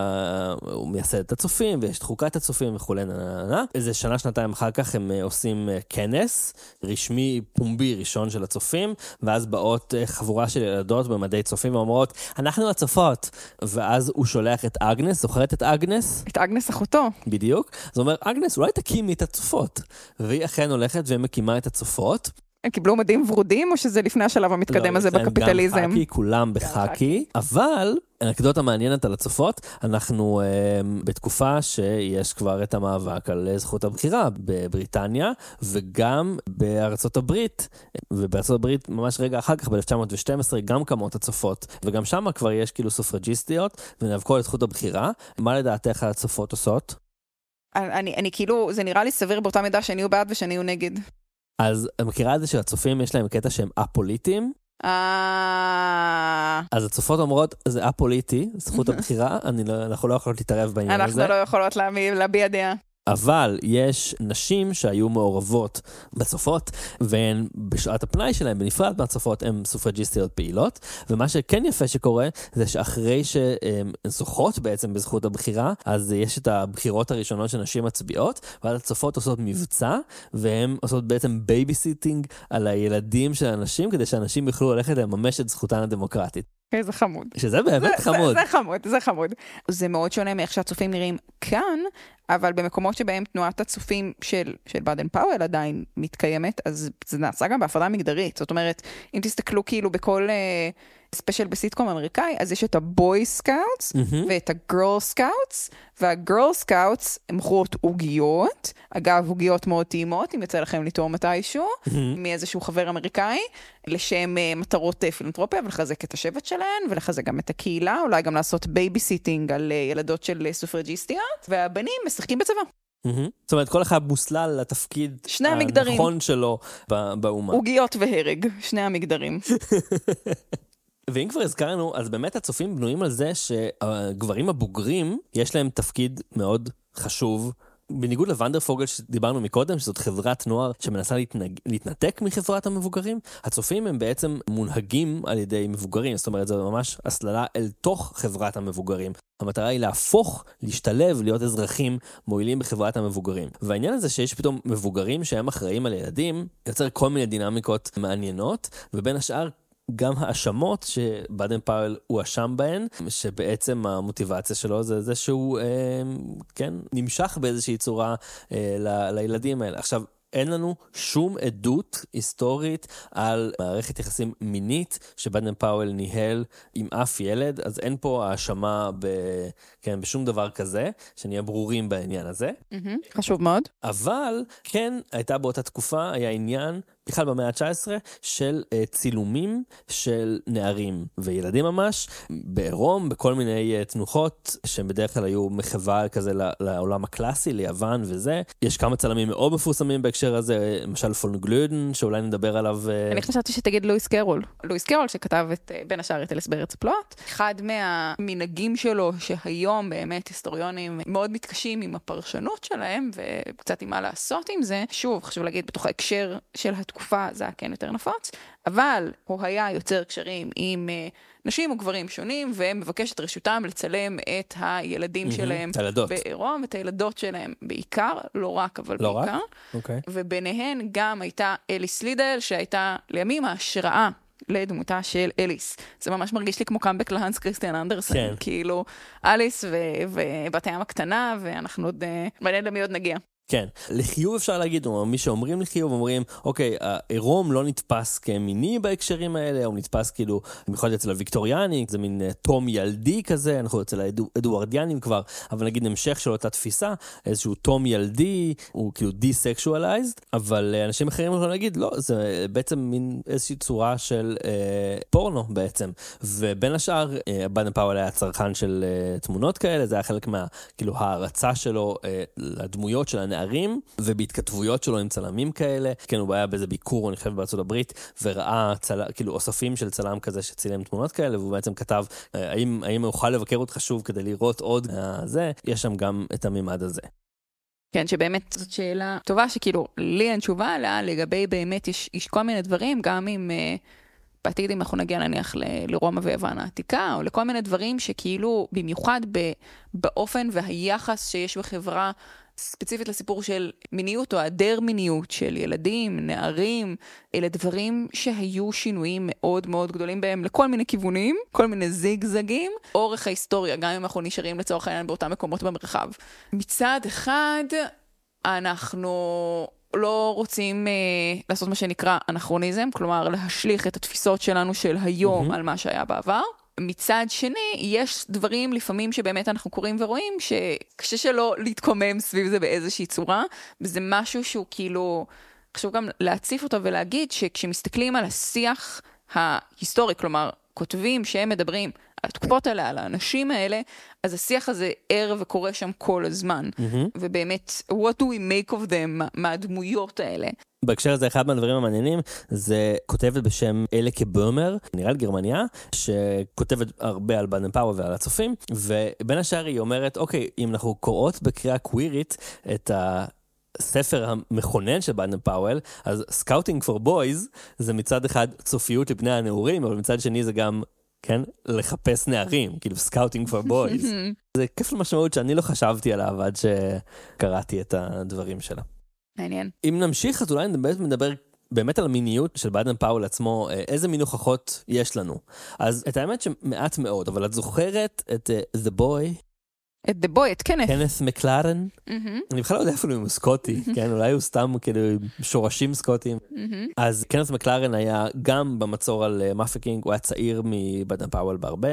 הוא מייסד את הצופים, ויש את חוקת הצופים וכו'. איזה שנה-שנתיים אחר כך הם עושים כנס רשמי פומבי ראשון של הצופים, ואז באות חבורה של ילדות במדי צופים ואומרות, אנחנו הצופות. ואז הוא שולח את אגנס, זוכרת את אגנס?
את אגנס אחותו.
בדיוק. אז הוא אומר, אגנס, אולי תקימי את הצופות. והיא אכן הולכת ומקימה את הצופות.
הם קיבלו מדים ורודים, או שזה לפני השלב המתקדם הזה בקפיטליזם?
גם חקי, כולם בחקי, אבל אנקדוטה מעניינת על הצופות, אנחנו בתקופה שיש כבר את המאבק על זכות הבחירה בבריטניה, וגם בארצות הברית, ובארצות הברית ממש רגע אחר כך, ב-1912, גם קמות הצופות, וגם שם כבר יש כאילו סופרג'יסטיות, ונאבקו על זכות הבחירה. מה לדעתך הצופות עושות?
אני כאילו, זה נראה לי סביר באותה מידה שאני הוא בעד ושאני הוא נגד.
אז מכירה את זה שהצופים יש להם קטע שהם אפוליטיים? אז הצופות אומרות, זה אפוליטי, זכות הבחירה, אנחנו לא יכולות להתערב בעניין הזה.
אנחנו לא יכולות להביע דעה.
אבל יש נשים שהיו מעורבות בצופות, והן בשעת הפנאי שלהן, בנפרד מהצופות, הן סופרג'יסטיות פעילות, ומה שכן יפה שקורה, זה שאחרי שהן זוכות בעצם בזכות הבחירה, אז יש את הבחירות הראשונות של נשים מצביעות, ואז הצופות עושות מבצע, והן עושות בעצם בייביסיטינג על הילדים של האנשים, כדי שאנשים יוכלו ללכת לממש את זכותן הדמוקרטית.
איזה חמוד.
שזה באמת חמוד.
זה חמוד, זה חמוד. זה מאוד שונה מאיך שהצופים נראים כאן, אבל במקומות שבהם תנועת הצופים של באדן פאוול עדיין מתקיימת, אז זה נעשה גם בהפרדה מגדרית. זאת אומרת, אם תסתכלו כאילו בכל ספיישל בסיטקום אמריקאי, אז יש את הבוי סקאוטס ואת הגרל סקאוטס, והגרל סקאוטס הם מוכרות עוגיות, אגב, עוגיות מאוד טעימות, אם יצא לכם לטעום מתישהו, מאיזשהו חבר אמריקאי, לשם מטרות פילנתרופיה, ולחזק את השבט שלהן, ולחזק גם את הקהילה, אולי גם לעשות בייביסיטינג על ילדות של סופרג'יסטיות, והבנים משחקים בצבא.
זאת אומרת, כל אחד מוסלל לתפקיד הנכון שלו באומה.
עוגיות והרג, שני המגדרים.
ואם כבר הזכרנו, אז באמת הצופים בנויים על זה שהגברים הבוגרים, יש להם תפקיד מאוד חשוב בניגוד לוונדרפוגל שדיברנו מקודם, שזאת חברת נוער שמנסה להתנתק מחברת המבוגרים, הצופים הם בעצם מונהגים על ידי מבוגרים, זאת אומרת, זו ממש הסללה אל תוך חברת המבוגרים. המטרה היא להפוך, להשתלב, להיות אזרחים מועילים בחברת המבוגרים. והעניין הזה שיש פתאום מבוגרים שהם אחראים על ילדים, יוצר כל מיני דינמיקות מעניינות, ובין השאר גם האשמות שבאדן פאוול הוא אשם בהן, שבעצם המוטיבציה שלו זה שהוא נמשך באיזושהי צורה לילדים האלה. עכשיו, אין לנו שום עדות היסטורית על מערכת יחסים מינית שבאדן פאוול ניהל עם אף ילד, אז אין פה האשמה בשום דבר כזה, שנהיה ברורים בעניין הזה.
חשוב מאוד.
אבל כן הייתה באותה תקופה, היה עניין בכלל במאה ה-19 של צילומים של נערים וילדים ממש, בעירום, בכל מיני תנוחות, שהם בדרך כלל היו מחווה כזה לעולם הקלאסי, ליוון וזה. יש כמה צלמים מאוד מפורסמים בהקשר הזה, למשל פון גלודן, שאולי נדבר עליו.
אני חשבתי שתגיד לואיס קרול. לואיס קרול שכתב בין השאר את אליס בארץ הפלאות. אחד מהמנהגים שלו, שהיום באמת היסטוריונים מאוד מתקשים עם הפרשנות שלהם, וקצת עם מה לעשות עם זה. שוב, חשוב להגיד, בתוך ההקשר של התקופה זה כן יותר נפוץ, אבל הוא היה יוצר קשרים עם נשים וגברים שונים, ומבקש את רשותם לצלם את הילדים שלהם בעירום, את הילדות שלהם בעיקר, לא רק, אבל
לא
בעיקר.
אוקיי.
וביניהן גם הייתה אליס לידל, שהייתה לימים ההשראה לדמותה של אליס. זה ממש מרגיש לי כמו קאמבק להנס קריסטיאן אנדרסן.
כן.
כאילו, אליס ובת הים הקטנה, ואנחנו עוד מעניין למי עוד נגיע.
כן, לחיוב אפשר להגיד, מי שאומרים לחיוב אומרים, אוקיי, העירום לא נתפס כמיני בהקשרים האלה, הוא נתפס כאילו, במיוחד אצל הוויקטוריאני, זה מין תום ילדי כזה, אנחנו אצל האדוארדיאנים כבר, אבל נגיד המשך של אותה תפיסה, איזשהו תום ילדי, הוא כאילו די-סקשואלייזד, אבל אנשים אחרים יכולים להגיד, לא, זה בעצם מין איזושהי צורה של פורנו בעצם, ובין השאר, באדן פאוול היה צרכן של תמונות כאלה, זה היה חלק מה, כאילו, הערצה שלו לדמויות של נערים, ובהתכתבויות שלו עם צלמים כאלה, כן, הוא היה באיזה ביקור, אני חושב, בארצות הברית, וראה כאילו אוספים של צלם כזה שצילם תמונות כאלה, והוא בעצם כתב, האם הוא יכול לבקר אותך שוב כדי לראות עוד זה, יש שם גם את הממד הזה.
כן, שבאמת זאת שאלה טובה, שכאילו לי אין תשובה עליה, לגבי באמת יש כל מיני דברים, גם אם בעתיד אם אנחנו נגיע נניח לרומא ויוון העתיקה, או לכל מיני דברים שכאילו, במיוחד באופן והיחס שיש בחברה, ספציפית לסיפור של מיניות או היעדר מיניות של ילדים, נערים, אלה דברים שהיו שינויים מאוד מאוד גדולים בהם לכל מיני כיוונים, כל מיני זיגזגים, אורך ההיסטוריה, גם אם אנחנו נשארים לצורך העניין באותם מקומות במרחב. מצד אחד, אנחנו לא רוצים לעשות מה שנקרא אנכרוניזם, כלומר להשליך את התפיסות שלנו של היום על מה שהיה בעבר. מצד שני, יש דברים לפעמים שבאמת אנחנו קוראים ורואים, שקשה שלא להתקומם סביב זה באיזושהי צורה, וזה משהו שהוא כאילו, חשוב גם להציף אותו ולהגיד שכשמסתכלים על השיח ההיסטורי, כלומר, כותבים שהם מדברים על התקופות האלה, על האנשים האלה, אז השיח הזה ער וקורה שם כל הזמן. ובאמת, what do we make of them, מהדמויות האלה?
בהקשר הזה, אחד מהדברים המעניינים, זה כותבת בשם אליקה בומר, נראה לי גרמניה, שכותבת הרבה על באדן פאוול ועל הצופים, ובין השאר היא אומרת, אוקיי, אם אנחנו קוראות בקריאה קווירית את הספר המכונן של באדן פאוול, אז Scouting for Boys, זה מצד אחד צופיות לבני הנעורים, אבל מצד שני זה גם, כן, לחפש נערים, כאילו Scouting for Boys. זה כיף למשמעות שאני לא חשבתי עליו עד שקראתי את הדברים שלה.
מעניין.
אם נמשיך, אז אולי נדבר באמת על המיניות של באדן פאוול עצמו, איזה מין הוכחות יש לנו. אז את האמת שמעט מאוד, אבל את זוכרת את The Boy?
את The Boy, את קנת.
קנת מקלרן? אני בכלל לא יודע איפה הוא סקוטי, כן? אולי הוא סתם כאילו שורשים סקוטיים. אז קנת מקלרן היה גם במצור על מאפקינג, הוא היה צעיר מבאדן פאוול בהרבה,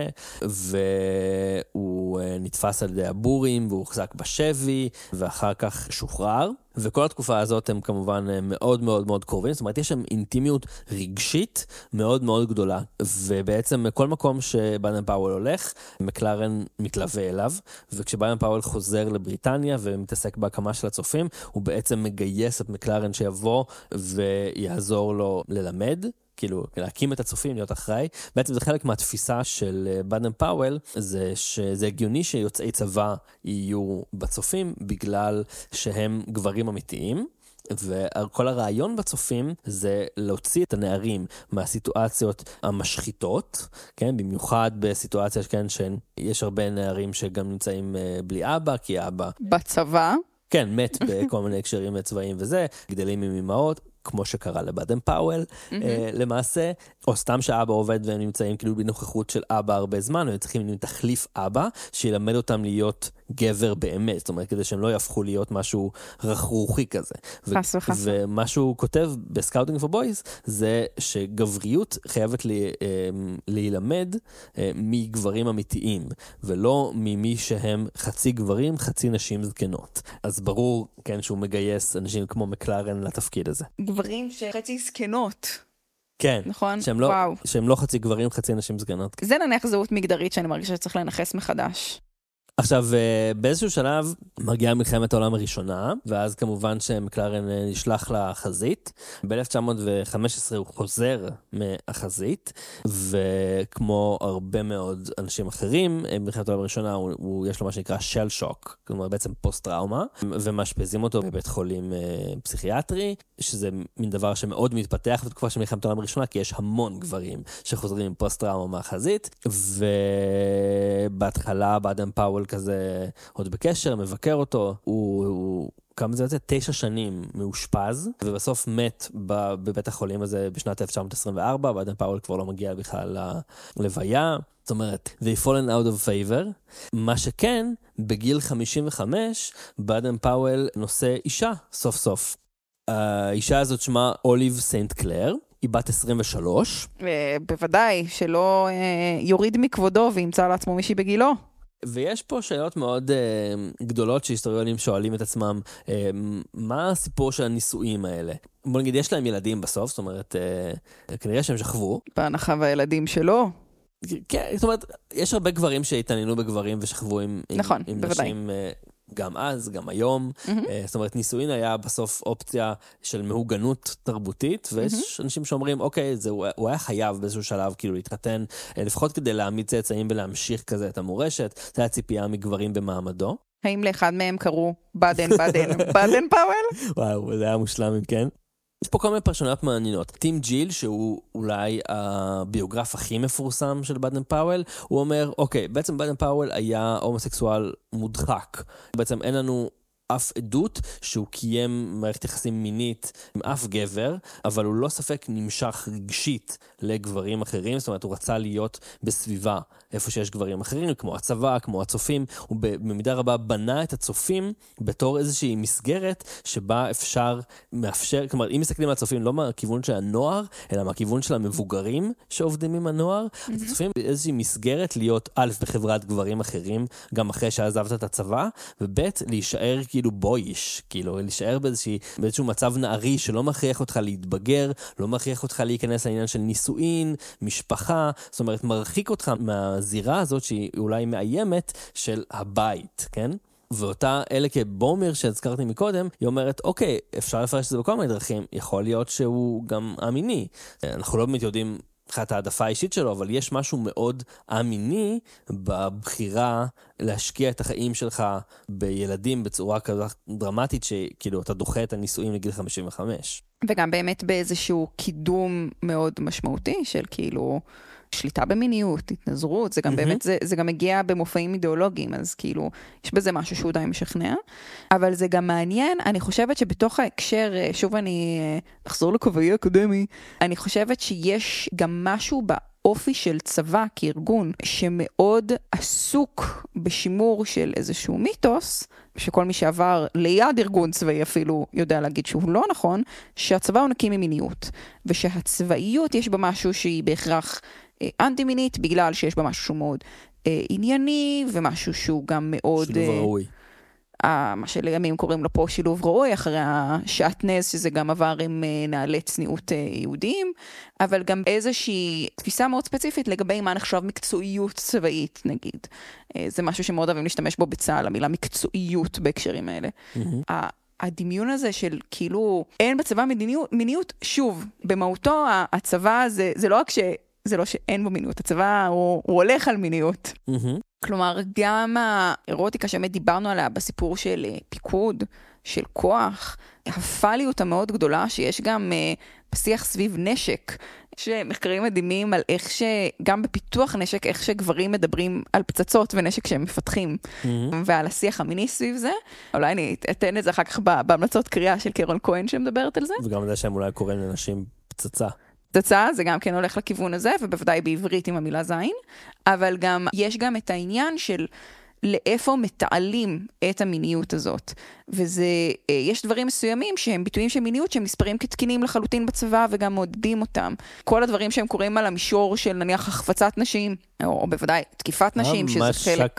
והוא נתפס על ידי הבורים, והוא הוחזק בשבי, ואחר כך שוחרר. וכל התקופה הזאת הם כמובן מאוד מאוד מאוד קרובים, זאת אומרת יש שם אינטימיות רגשית מאוד מאוד גדולה, ובעצם כל מקום שבאדן פאוול הולך, מקלרן מתלווה אליו, וכשבאדן פאוול חוזר לבריטניה ומתעסק בהקמה של הצופים, הוא בעצם מגייס את מקלרן שיבוא ויעזור לו ללמד, כאילו, להקים את הצופים, להיות אחראי. בעצם זה חלק מהתפיסה של באדן פאוול, זה שזה הגיוני שיוצאי צבא יהיו בצופים, בגלל שהם גברים אמיתיים, וכל הרעיון בצופים זה להוציא את הנערים מהסיטואציות המשחיתות, כן? במיוחד בסיטואציה שיש הרבה נערים שגם נמצאים בלי אבא, כי אבא
בצבא.
כן, מת בכל מיני הקשרים צבאיים וזה, גדלים עם אמהות, כמו שקרה לבאדן פאוול, למעשה, או סתם שאבא עובד והם נמצאים כאילו בנוכחות של אבא הרבה זמן, והם צריכים תחליף אבא, שילמד אותם להיות גבר באמת, זאת אומרת, כדי שהם לא יהפכו להיות משהו רכרוכי כזה.
חס וחס.
ומה שהוא כותב בסקאוטינג פור בויז, זה שגבריות חייבת להילמד מגברים אמיתיים, ולא ממי שהם חצי גברים, חצי נשים זקנות. אז ברור, כן, שהוא מגייס אנשים כמו מקלרן לתפקיד הזה.
גברים שחצי זקנות.
כן,
נכון?
שהם לא חצי גברים, חצי נשים זקנות.
זה נניח זהות מגדרית שאני מרגישה שצריך לנחס מחדש.
עכשיו, באיזשהו שלב מגיעה מלחמת העולם הראשונה, ואז כמובן שמקלרן נשלח לחזית. ב-1915 הוא חוזר מהחזית, וכמו הרבה מאוד אנשים אחרים, במלחמת העולם הראשונה יש לו מה שנקרא של שוק, כלומר בעצם פוסט-טראומה, ומאשפזים אותו בבית חולים פסיכיאטרי, שזה מין דבר שמאוד מתפתח בתקופה של מלחמת העולם הראשונה, כי יש המון גברים שחוזרים עם פוסט-טראומה מהחזית, ובהתחלה באדן פאוול כזה עוד בקשר, מבקר אותו, הוא כמה זה יוצא 9 שנים מאושפז, ובסוף מת בבית החולים הזה בשנת 1924, באדן פאוול כבר לא מגיע בכלל ללוויה, זאת אומרת, they fallen out of favor, מה שכן, בגיל 55, באדן פאוול נושא אישה, סוף סוף. האישה הזאת שמה אוליב סנט קלר, היא בת 23.
בוודאי, שלא יוריד מכבודו וימצא לעצמו מישהי בגילו.
ויש פה שאלות מאוד גדולות שהיסטוריונים שואלים את עצמם, מה הסיפור של הנישואים האלה? בוא נגיד, יש להם ילדים בסוף, זאת אומרת, כנראה שהם שכבו.
בהנחה והילדים שלו.
כן, זאת אומרת, יש הרבה גברים שהתעניינו בגברים ושכבו עם נשים גם אז, גם היום. זאת אומרת, נישואין היה בסוף אופציה של מהוגנות תרבותית, ויש אנשים שאומרים, אוקיי, הוא היה חייב באיזשהו שלב כאילו להתחתן, לפחות כדי להעמיד צאצאים ולהמשיך כזה את המורשת. זה היה ציפייה מגברים במעמדו.
האם לאחד מהם קראו באדן פאוול?
וואו, זה היה מושלם, אם כן. יש פה כל מיני פרשנויות מעניינות. טים ג'יל, שהוא אולי הביוגרף הכי מפורסם של באדן פאוול, הוא אומר, אוקיי, בעצם באדן פאוול היה הומוסקסואל מודחק. בעצם אין לנו אף עדות שהוא קיים מערכת יחסים מינית עם אף גבר, אבל הוא לא ספק נמשך רגשית לגברים אחרים, זאת אומרת, הוא רצה להיות בסביבה איפה שיש גברים אחרים, כמו הצבא, כמו הצופים, הוא במידה רבה בנה את הצופים בתור איזושהי מסגרת שבה מאפשר, כלומר, אם מסתכלים על הצופים לא מהכיוון של הנוער, אלא מהכיוון של המבוגרים שעובדים עם הנוער, אז הצופים באיזושהי מסגרת להיות א' בחברת גברים אחרים, גם אחרי שעזבת את הצבא, וב' להישאר כאילו בויש, כאילו להישאר באיזשהו מצב נערי שלא מכריח אותך להתבגר, לא מכריח אותך להיכנס לעניין של נישואין, משפחה, זאת אומרת, מרחיק אותך מהזירה הזאת שהיא אולי מאיימת של הבית, כן? ואותה אלקה בומר שהזכרתי מקודם, היא אומרת, אוקיי, אפשר לפרש את זה בכל מיני דרכים, יכול להיות שהוא גם אמיני. אנחנו לא באמת יודעים מבחינת העדפה האישית שלו, אבל יש משהו מאוד אמיני בבחירה להשקיע את החיים שלך בילדים בצורה כזאת דרמטית, שכאילו אתה דוחה את הנישואים לגיל 55.
וגם באמת באיזשהו קידום מאוד משמעותי של כאילו שליטה במיניות, התנזרות, זה גם באמת, זה גם מגיע במופעים אידיאולוגיים, אז כאילו, יש בזה משהו שהוא די משכנע, אבל זה גם מעניין, אני חושבת שבתוך ההקשר, שוב אני אחזור לכובעי אקדמי, אני חושבת שיש גם משהו באופי של צבא כארגון, שמאוד עסוק בשימור של איזשהו מיתוס, שכל מי שעבר ליד ארגון צבאי אפילו יודע להגיד שהוא לא נכון, שהצבא הוא נקי ממיניות, ושהצבאיות יש בה משהו שהיא בהכרח אנטי-מינית, בגלל שיש בה משהו מאוד ענייני, ומשהו שהוא גם מאוד
שילוב ראוי.
מה שלימים קוראים לו פה שילוב ראוי, אחרי השעטנז, שזה גם עבר עם נעלי צניעות יהודיים, אבל גם איזושהי תפיסה מאוד ספציפית לגבי מה נחשב מקצועיות צבאית, נגיד. זה משהו שמאוד אוהבים להשתמש בו בצה"ל, המילה מקצועיות בהקשרים האלה. הדמיון הזה של כאילו אין בצבא מיניות, שוב, במהותו הצבא זה לא רק זה לא שאין בו מיניות, הצבא הוא הולך על מיניות. כלומר, גם האירוטיקה שבאמת דיברנו עליה בסיפור של פיקוד, של כוח, הפליות המאוד גדולה שיש גם בשיח סביב נשק, שמחקרים מדהימים על איך שגם בפיתוח נשק, איך שגברים מדברים על פצצות ונשק שהם מפתחים, ועל השיח המיני סביב זה. אולי אני אתן את זה אחר כך בהמלצות קריאה של קרן כהן שמדברת על זה.
וגם זה שהם אולי קוראים לנשים פצצה.
פצצה, זה גם כן הולך לכיוון הזה, ובוודאי בעברית עם המילה זין, אבל גם יש גם את העניין של לאיפה מתעלים את המיניות הזאת. וזה, יש דברים מסוימים שהם ביטויים של מיניות שהם נספרים כתקינים לחלוטין בצבא וגם מעודדים אותם. כל הדברים שהם קוראים על המישור של נניח החפצת נשים, או בוודאי תקיפת נשים, שזה חלק...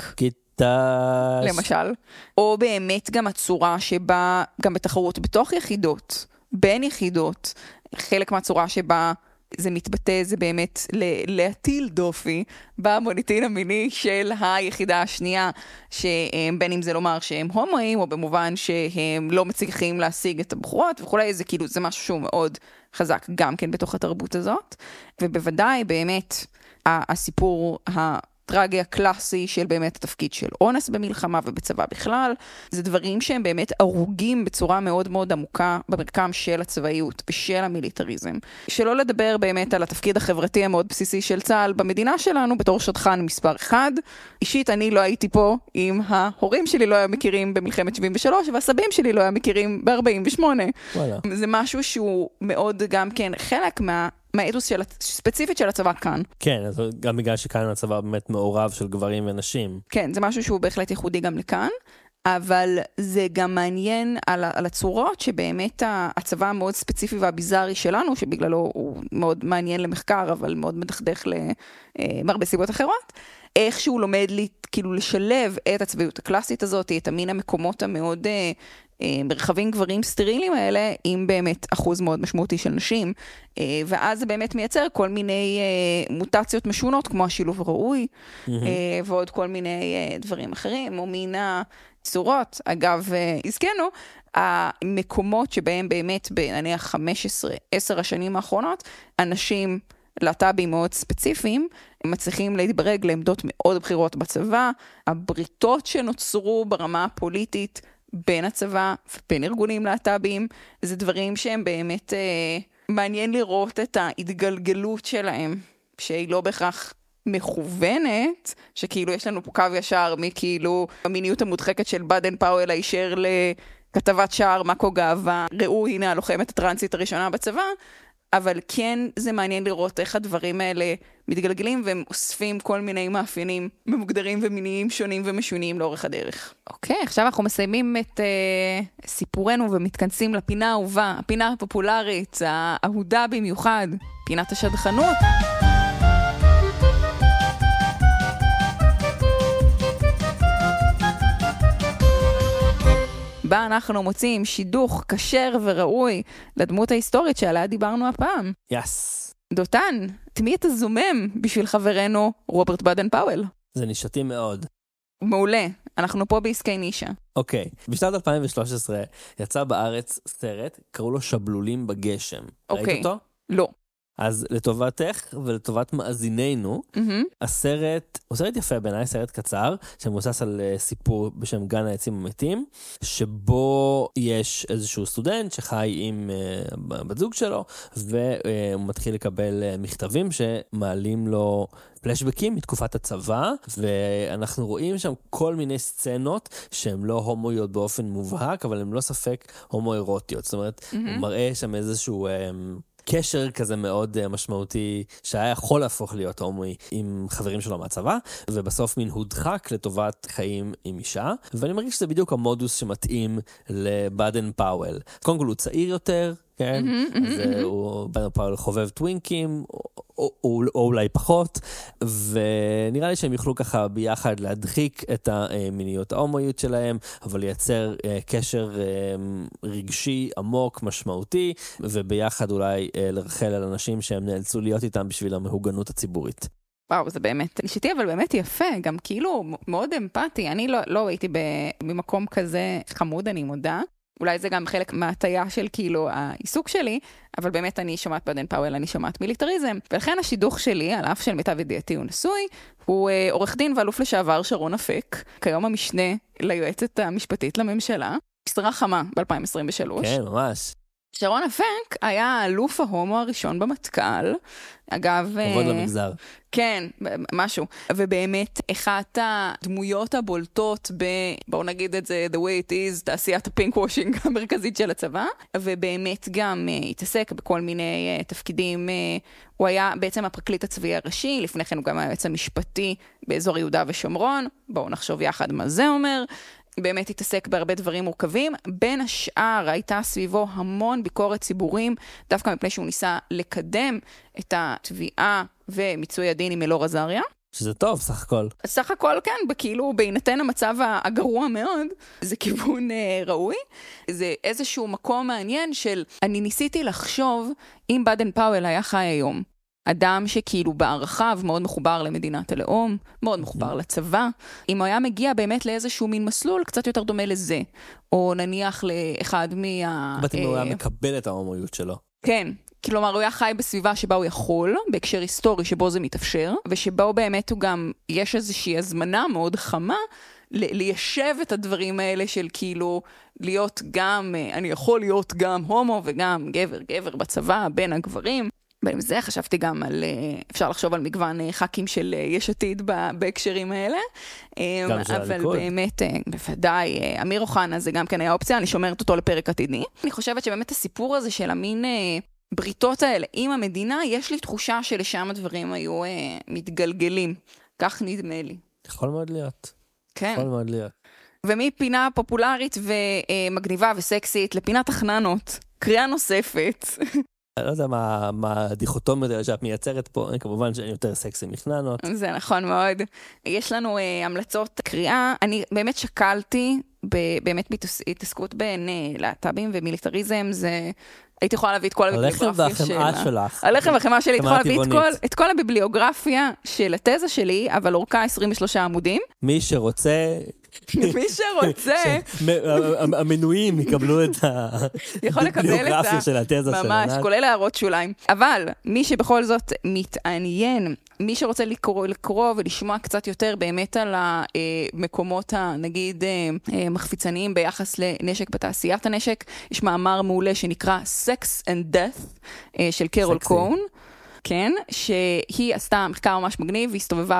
למשל. או באמת גם הצורה שבה, גם בתחרות בתוך יחידות, בין יחידות, חלק מהצורה שבה זה מתבטא, זה באמת להטיל דופי במוניטין המיני של היחידה השנייה, שבין אם זה לומר שהם הומואים, או במובן שהם לא מצליחים להשיג את הבחורות וכולי, זה כאילו, זה משהו שהוא מאוד חזק גם כן בתוך התרבות הזאת, ובוודאי באמת הסיפור הטרגי הקלאסי של באמת התפקיד של אונס במלחמה ובצבא בכלל, זה דברים שהם באמת ארוגים בצורה מאוד מאוד עמוקה במרקם של הצבאיות ושל המיליטריזם. שלא לדבר באמת על התפקיד החברתי המאוד בסיסי של צה"ל במדינה שלנו בתור שדכן מספר 1. אישית אני לא הייתי פה אם ההורים שלי לא היו מכירים במלחמת 73 והסבים שלי לא היו מכירים ב-48. זה משהו שהוא מאוד גם כן חלק מהאתוס ספציפית של הצבא כאן.
כן, אז גם בגלל שכאן הצבא באמת מעורב של גברים ונשים.
כן, זה משהו שהוא בהחלט ייחודי גם לכאן, אבל זה גם מעניין על הצורות שבאמת הצבא המאוד ספציפי והביזארי שלנו, שבגללו הוא מאוד מעניין למחקר, אבל מאוד מדכדך להרבה סיבות אחרות, איך שהוא לומד כאילו לשלב את הצבאיות הקלאסית הזאת, את המין המקומות המאוד מרחבים גברים סטרילים האלה, עם באמת אחוז מאוד משמעותי של נשים, ואז זה באמת מייצר כל מיני מוטציות משונות, כמו השילוב הראוי, ועוד כל מיני דברים אחרים, או מין הצורות. אגב, הזכרנו, המקומות שבהם באמת, נניח 15-10 השנים האחרונות, אנשים להט"בים מאוד ספציפיים, הם מצליחים להתברג לעמדות מאוד בחירות בצבא, הבריתות שנוצרו ברמה הפוליטית, בין הצבא ובין ארגונים להט"בים, זה דברים שהם באמת מעניין לראות את ההתגלגלות שלהם, שהיא לא בהכרח מכוונת, שכאילו יש לנו פה קו ישר מכאילו המיניות המודחקת של באדן פאוול הישר לכתבת שער מקו גאווה, ראו הנה הלוחמת הטרנסית הראשונה בצבא, אבל כן זה מעניין לראות איך הדברים האלה מתגלגלים והם אוספים כל מיני מאפיינים ממוגדרים ומיניים שונים ומשונים לאורך הדרך. אוקיי, עכשיו אנחנו מסיימים את סיפורנו ומתכנסים לפינה האהובה, הפינה הפופולרית, האהודה במיוחד, פינת השדכנות. בה אנחנו מוצאים שידוך כשר וראוי לדמות ההיסטורית שעליה דיברנו הפעם.
יס.
דותן, תמי אתה זומם בשביל חברנו רוברט באדן פאוול.
זה נישתי מאוד.
מעולה, אנחנו פה בעסקי נישה.
אוקיי, בשנת 2013 יצא בארץ סרט, קראו לו שבלולים בגשם. ראית אותו?
לא.
אז לטובתך ולטובת מאזיננו, הסרט, הוא סרט יפה בעיניי, סרט קצר, שמבוסס על סיפור בשם גן העצים המתים, שבו יש איזשהו סטודנט שחי עם בת זוג שלו, והוא מתחיל לקבל מכתבים שמעלים לו פלשבקים מתקופת הצבא, ואנחנו רואים שם כל מיני סצנות שהן לא הומואיות באופן מובהק, אבל הן לא ספק הומואירוטיות. זאת אומרת, הוא מראה שם איזשהו קשר כזה מאוד משמעותי, שהיה יכול להפוך להיות הומואי עם חברים שלו מהצבא, ובסוף מין הודחק לטובת חיים עם אישה, ואני מרגיש שזה בדיוק המודוס שמתאים לבאדן פאוול. קודם כל הוא צעיר יותר, כן? אז באדן פאוול חובב טווינקים, או אולי פחות, ונראה לי שהם יוכלו ככה ביחד להדחיק את המיניות ההומואיות שלהם, אבל לייצר קשר רגשי עמוק, משמעותי, וביחד אולי לרחל על אנשים שהם נאלצו להיות איתם בשביל המהוגנות הציבורית.
וואו, זה באמת נישתי, אבל באמת יפה, גם כאילו מאוד אמפתי. אני לא הייתי במקום כזה חמוד, אני מודה. אולי זה גם חלק מההטיה של כאילו העיסוק שלי, אבל באמת אני שומעת באדן פאוול, אני שומעת מיליטריזם, ולכן השידוך שלי, על אף של מיטב ידיעתי הוא נשוי, הוא עורך דין ואלוף לשעבר שרון אפק, כיום המשנה ליועצת המשפטית לממשלה, סדרה חמה ב-2023.
כן, ממש.
שרון אפק היה האלוף ההומו הראשון במטכ"ל, אגב...
כבוד למגזר.
כן, משהו. ובאמת, אחת הדמויות הבולטות בואו נגיד את זה, the way it is, תעשיית הפינק וושינג המרכזית של הצבא, ובאמת גם התעסק בכל מיני תפקידים. הוא היה בעצם הפרקליט הצבאי הראשי, לפני כן הוא גם היועץ המשפטי באזור יהודה ושומרון, בואו נחשוב יחד מה זה אומר. באמת התעסק בהרבה דברים מורכבים, בין השאר הייתה סביבו המון ביקורת ציבורים, דווקא מפני שהוא ניסה לקדם את התביעה ומיצוי הדין עם אלאור עזריה.
שזה טוב, סך הכל.
סך הכל, כן, כאילו, בהינתן המצב הגרוע מאוד, זה כיוון ראוי. זה איזשהו מקום מעניין של, אני ניסיתי לחשוב, אם באדן פאוול היה חי היום, אדם שכאילו בערכיו מאוד מחובר למדינת הלאום, מאוד מחובר לצבא, אם הוא היה מגיע באמת לאיזשהו מין מסלול קצת יותר דומה לזה, או נניח לאחד
באתי אם הוא היה מקבל את ההומואיות שלו.
כן, כלומר הוא היה חי בסביבה שבה הוא יכול, בהקשר היסטורי שבו זה מתאפשר, ושבו באמת הוא גם, יש איזושהי הזמנה מאוד חמה, ליישב את הדברים האלה של כאילו להיות גם, אני יכול להיות גם הומו וגם גבר בצבא בין הגברים. ועם זה חשבתי גם על, אפשר לחשוב על מגוון ח"כים של יש עתיד בהקשרים האלה.
גם של הליכוד.
אבל באמת, בוודאי, אמיר אוחנה זה גם כן היה אופציה, אני שומרת אותו לפרק עתידי. אני חושבת שבאמת הסיפור הזה של המין בריתות האלה עם המדינה, יש לי תחושה שלשם הדברים היו מתגלגלים. כך נדמה לי.
יכול מאוד להיות.
כן.
יכול מאוד להיות.
ומפינה פופולרית ומגניבה וסקסית לפינת תחננות, קריאה נוספת.
אני לא יודע מה הדיכוטומיה שאת מייצרת פה, כמובן שאני יותר סקסי מחננות.
זה נכון מאוד. יש לנו המלצות קריאה. אני באמת שקלתי, באמת התעסקות בין להט"בים ומיליטריזם, זה... הייתי יכולה להביא את כל הביבליוגרפיה שלה.
הלחם והחמאה שלך.
הלחם והחמאה שלי, הייתי יכולה להביא את כל הביבליוגרפיה של התזה שלי, אבל אורכה 23 עמודים.
מי שרוצה...
מי שרוצה...
המנויים יקבלו את הביבליוגרפיה של התזה של
ממש, כולל הערות שוליים. אבל מי שבכל זאת מתעניין, מי שרוצה לקרוא ולשמוע קצת יותר באמת על המקומות נגיד מחפיצניים ביחס לנשק בתעשיית הנשק, יש מאמר מעולה שנקרא Sex and Death של קרול קון. כן, שהיא עשתה מחקר ממש מגניב, והסתובבה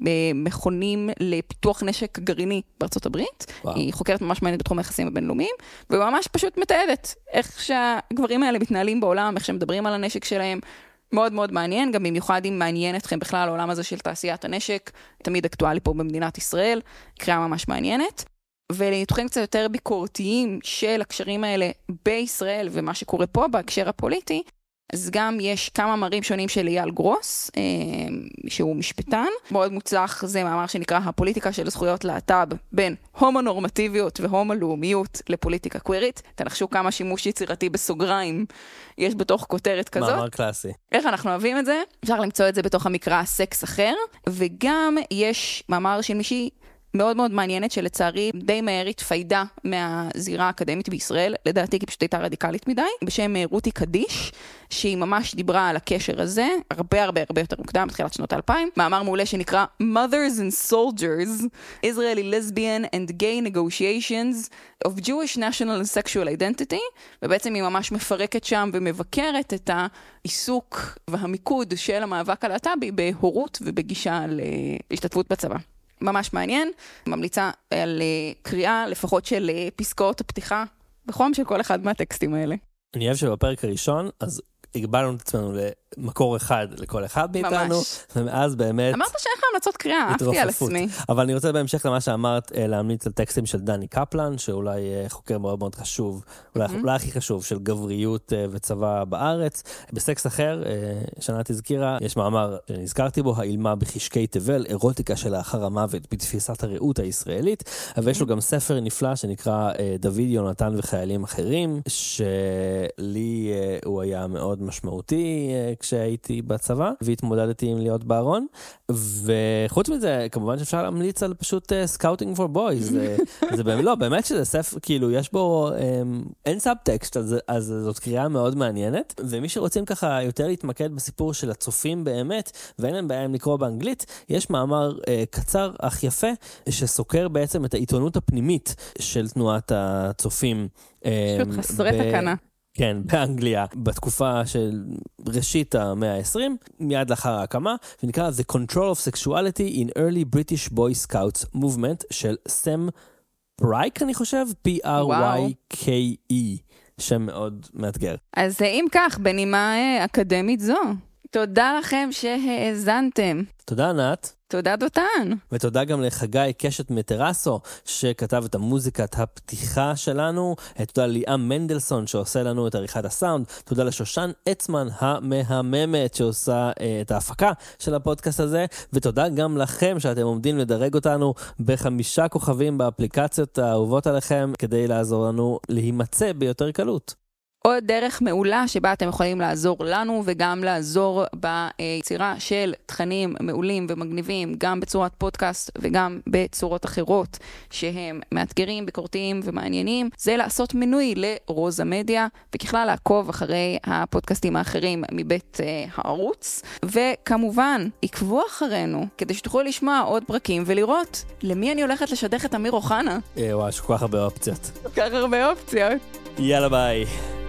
במכונים לפיתוח נשק גרעיני בארצות הברית. וואו. היא חוקרת ממש מעניינת בתחום היחסים הבינלאומיים, וממש פשוט מתעדת איך שהגברים האלה מתנהלים בעולם, איך שהם מדברים על הנשק שלהם. מאוד מאוד מעניין, גם במיוחד אם מעניין אתכם בכלל העולם הזה של תעשיית הנשק, תמיד אקטואלי פה במדינת ישראל, קריאה ממש מעניינת. ולניתוחים קצת יותר ביקורתיים של הקשרים האלה בישראל, ומה שקורה פה בהקשר הפוליטי, אז גם יש כמה מאמרים שונים של אייל גרוס, שהוא משפטן. מאוד מוצלח, זה מאמר שנקרא הפוליטיקה של זכויות להט"ב בין הומו-נורמטיביות והומו-לאומיות לפוליטיקה קווירית. תנחשו כמה שימוש יצירתי בסוגריים יש בתוך כותרת כזאת.
מאמר קלאסי.
איך אנחנו אוהבים את זה? אפשר למצוא את זה בתוך המקרא סקס אחר, וגם יש מאמר של מישהי מאוד מאוד מעניינת שלצערי די מהר התפיידה מהזירה האקדמית בישראל, לדעתי כי פשוט הייתה רדיקלית מדי, בשם רותי קדיש, שהיא ממש דיברה על הקשר הזה, הרבה יותר מוקדם, בתחילת שנות 2000, מאמר מעולה שנקרא Mothers and Soldiers, Israeli Lesbian and Gay Negotiations of Jewish National and Sexual Identity, ובעצם היא ממש מפרקת שם ומבקרת את העיסוק והמיקוד של המאבק הלהט"בי בהורות ובגישה להשתתפות בצבא. ממש מעניין, ממליצה על קריאה לפחות של פסקאות הפתיחה בחום של כל אחד מהטקסטים האלה.
אני אוהב שבפרק הראשון, אז הגבלנו את עצמנו למקור אחד לכל אחד מאיתנו, ומאז באמת...
אמרת שאין לך המלצות קריאה, אהבתי על עצמי.
אבל אני רוצה בהמשך למה שאמרת, להמליץ על טקסטים של דני קפלן, שאולי חוקר מאוד מאוד חשוב, אולי הכי חשוב, של גבריות וצבא בארץ. בסקס אחר, שנה תזכירה, יש מאמר שנזכרתי בו, האילמה בחשקי תבל, אירוטיקה שלאחר המוות בתפיסת הראות הישראלית, ויש לו גם ספר נפלא שנקרא דוד יונתן וחיילים אחרים, שלי הוא היה מאוד משמעותי כשהייתי בצבא, והתמודדתי עם להיות בארון, וחוץ מזה, כמובן שאפשר להמליץ על פשוט Scouting for Boys, זה באמת שזה ספר, כאילו, יש בו, אין סאבטקסט, אז זאת קריאה מאוד מעניינת, ומי שרוצים ככה יותר להתמקד בסיפור של הצופים באמת, ואין להם בעיה לקרוא באנגלית, יש מאמר קצר אך יפה, שסוקר בעצם את העיתונות הפנימית של תנועת הצופים.
פשוט חסרי תקנה.
כן, באנגליה, בתקופה של ראשית המאה ה-20, מיד לאחר ההקמה, ונקרא The Control of Sexuality in Early British Boy Scouts Movement של סם פרייק, אני חושב, P-R-Y-K-E, שם מאוד מאתגר.
אז אם כך, בנימה אקדמית זו, תודה לכם שהאזנתם.
תודה, ענת.
תודה, דותן.
ותודה גם לחגי קשת מטרסו, שכתב את המוזיקת הפתיחה שלנו. תודה ליאם מנדלסון, שעושה לנו את עריכת הסאונד. תודה לשושן עצמן המהממת, שעושה את ההפקה של הפודקאסט הזה. ותודה גם לכם, שאתם עומדים לדרג אותנו ב5 כוכבים באפליקציות האהובות עליכם, כדי לעזור לנו להימצא ביותר קלות.
עוד דרך מעולה שבה אתם יכולים לעזור לנו וגם לעזור ביצירה של תכנים מעולים ומגניבים, גם בצורת פודקאסט וגם בצורות אחרות שהם מאתגרים, ביקורתיים ומעניינים, זה לעשות מנוי לרוזה מדיה, וככלל לעקוב אחרי הפודקאסטים האחרים מבית הערוץ, וכמובן עקבו אחרינו כדי שתוכלו לשמוע עוד פרקים ולראות למי אני הולכת לשדך את אמיר אוחנה.
וואו, יש כל כך הרבה אופציות.
כל כך הרבה אופציות.
יאללה ביי.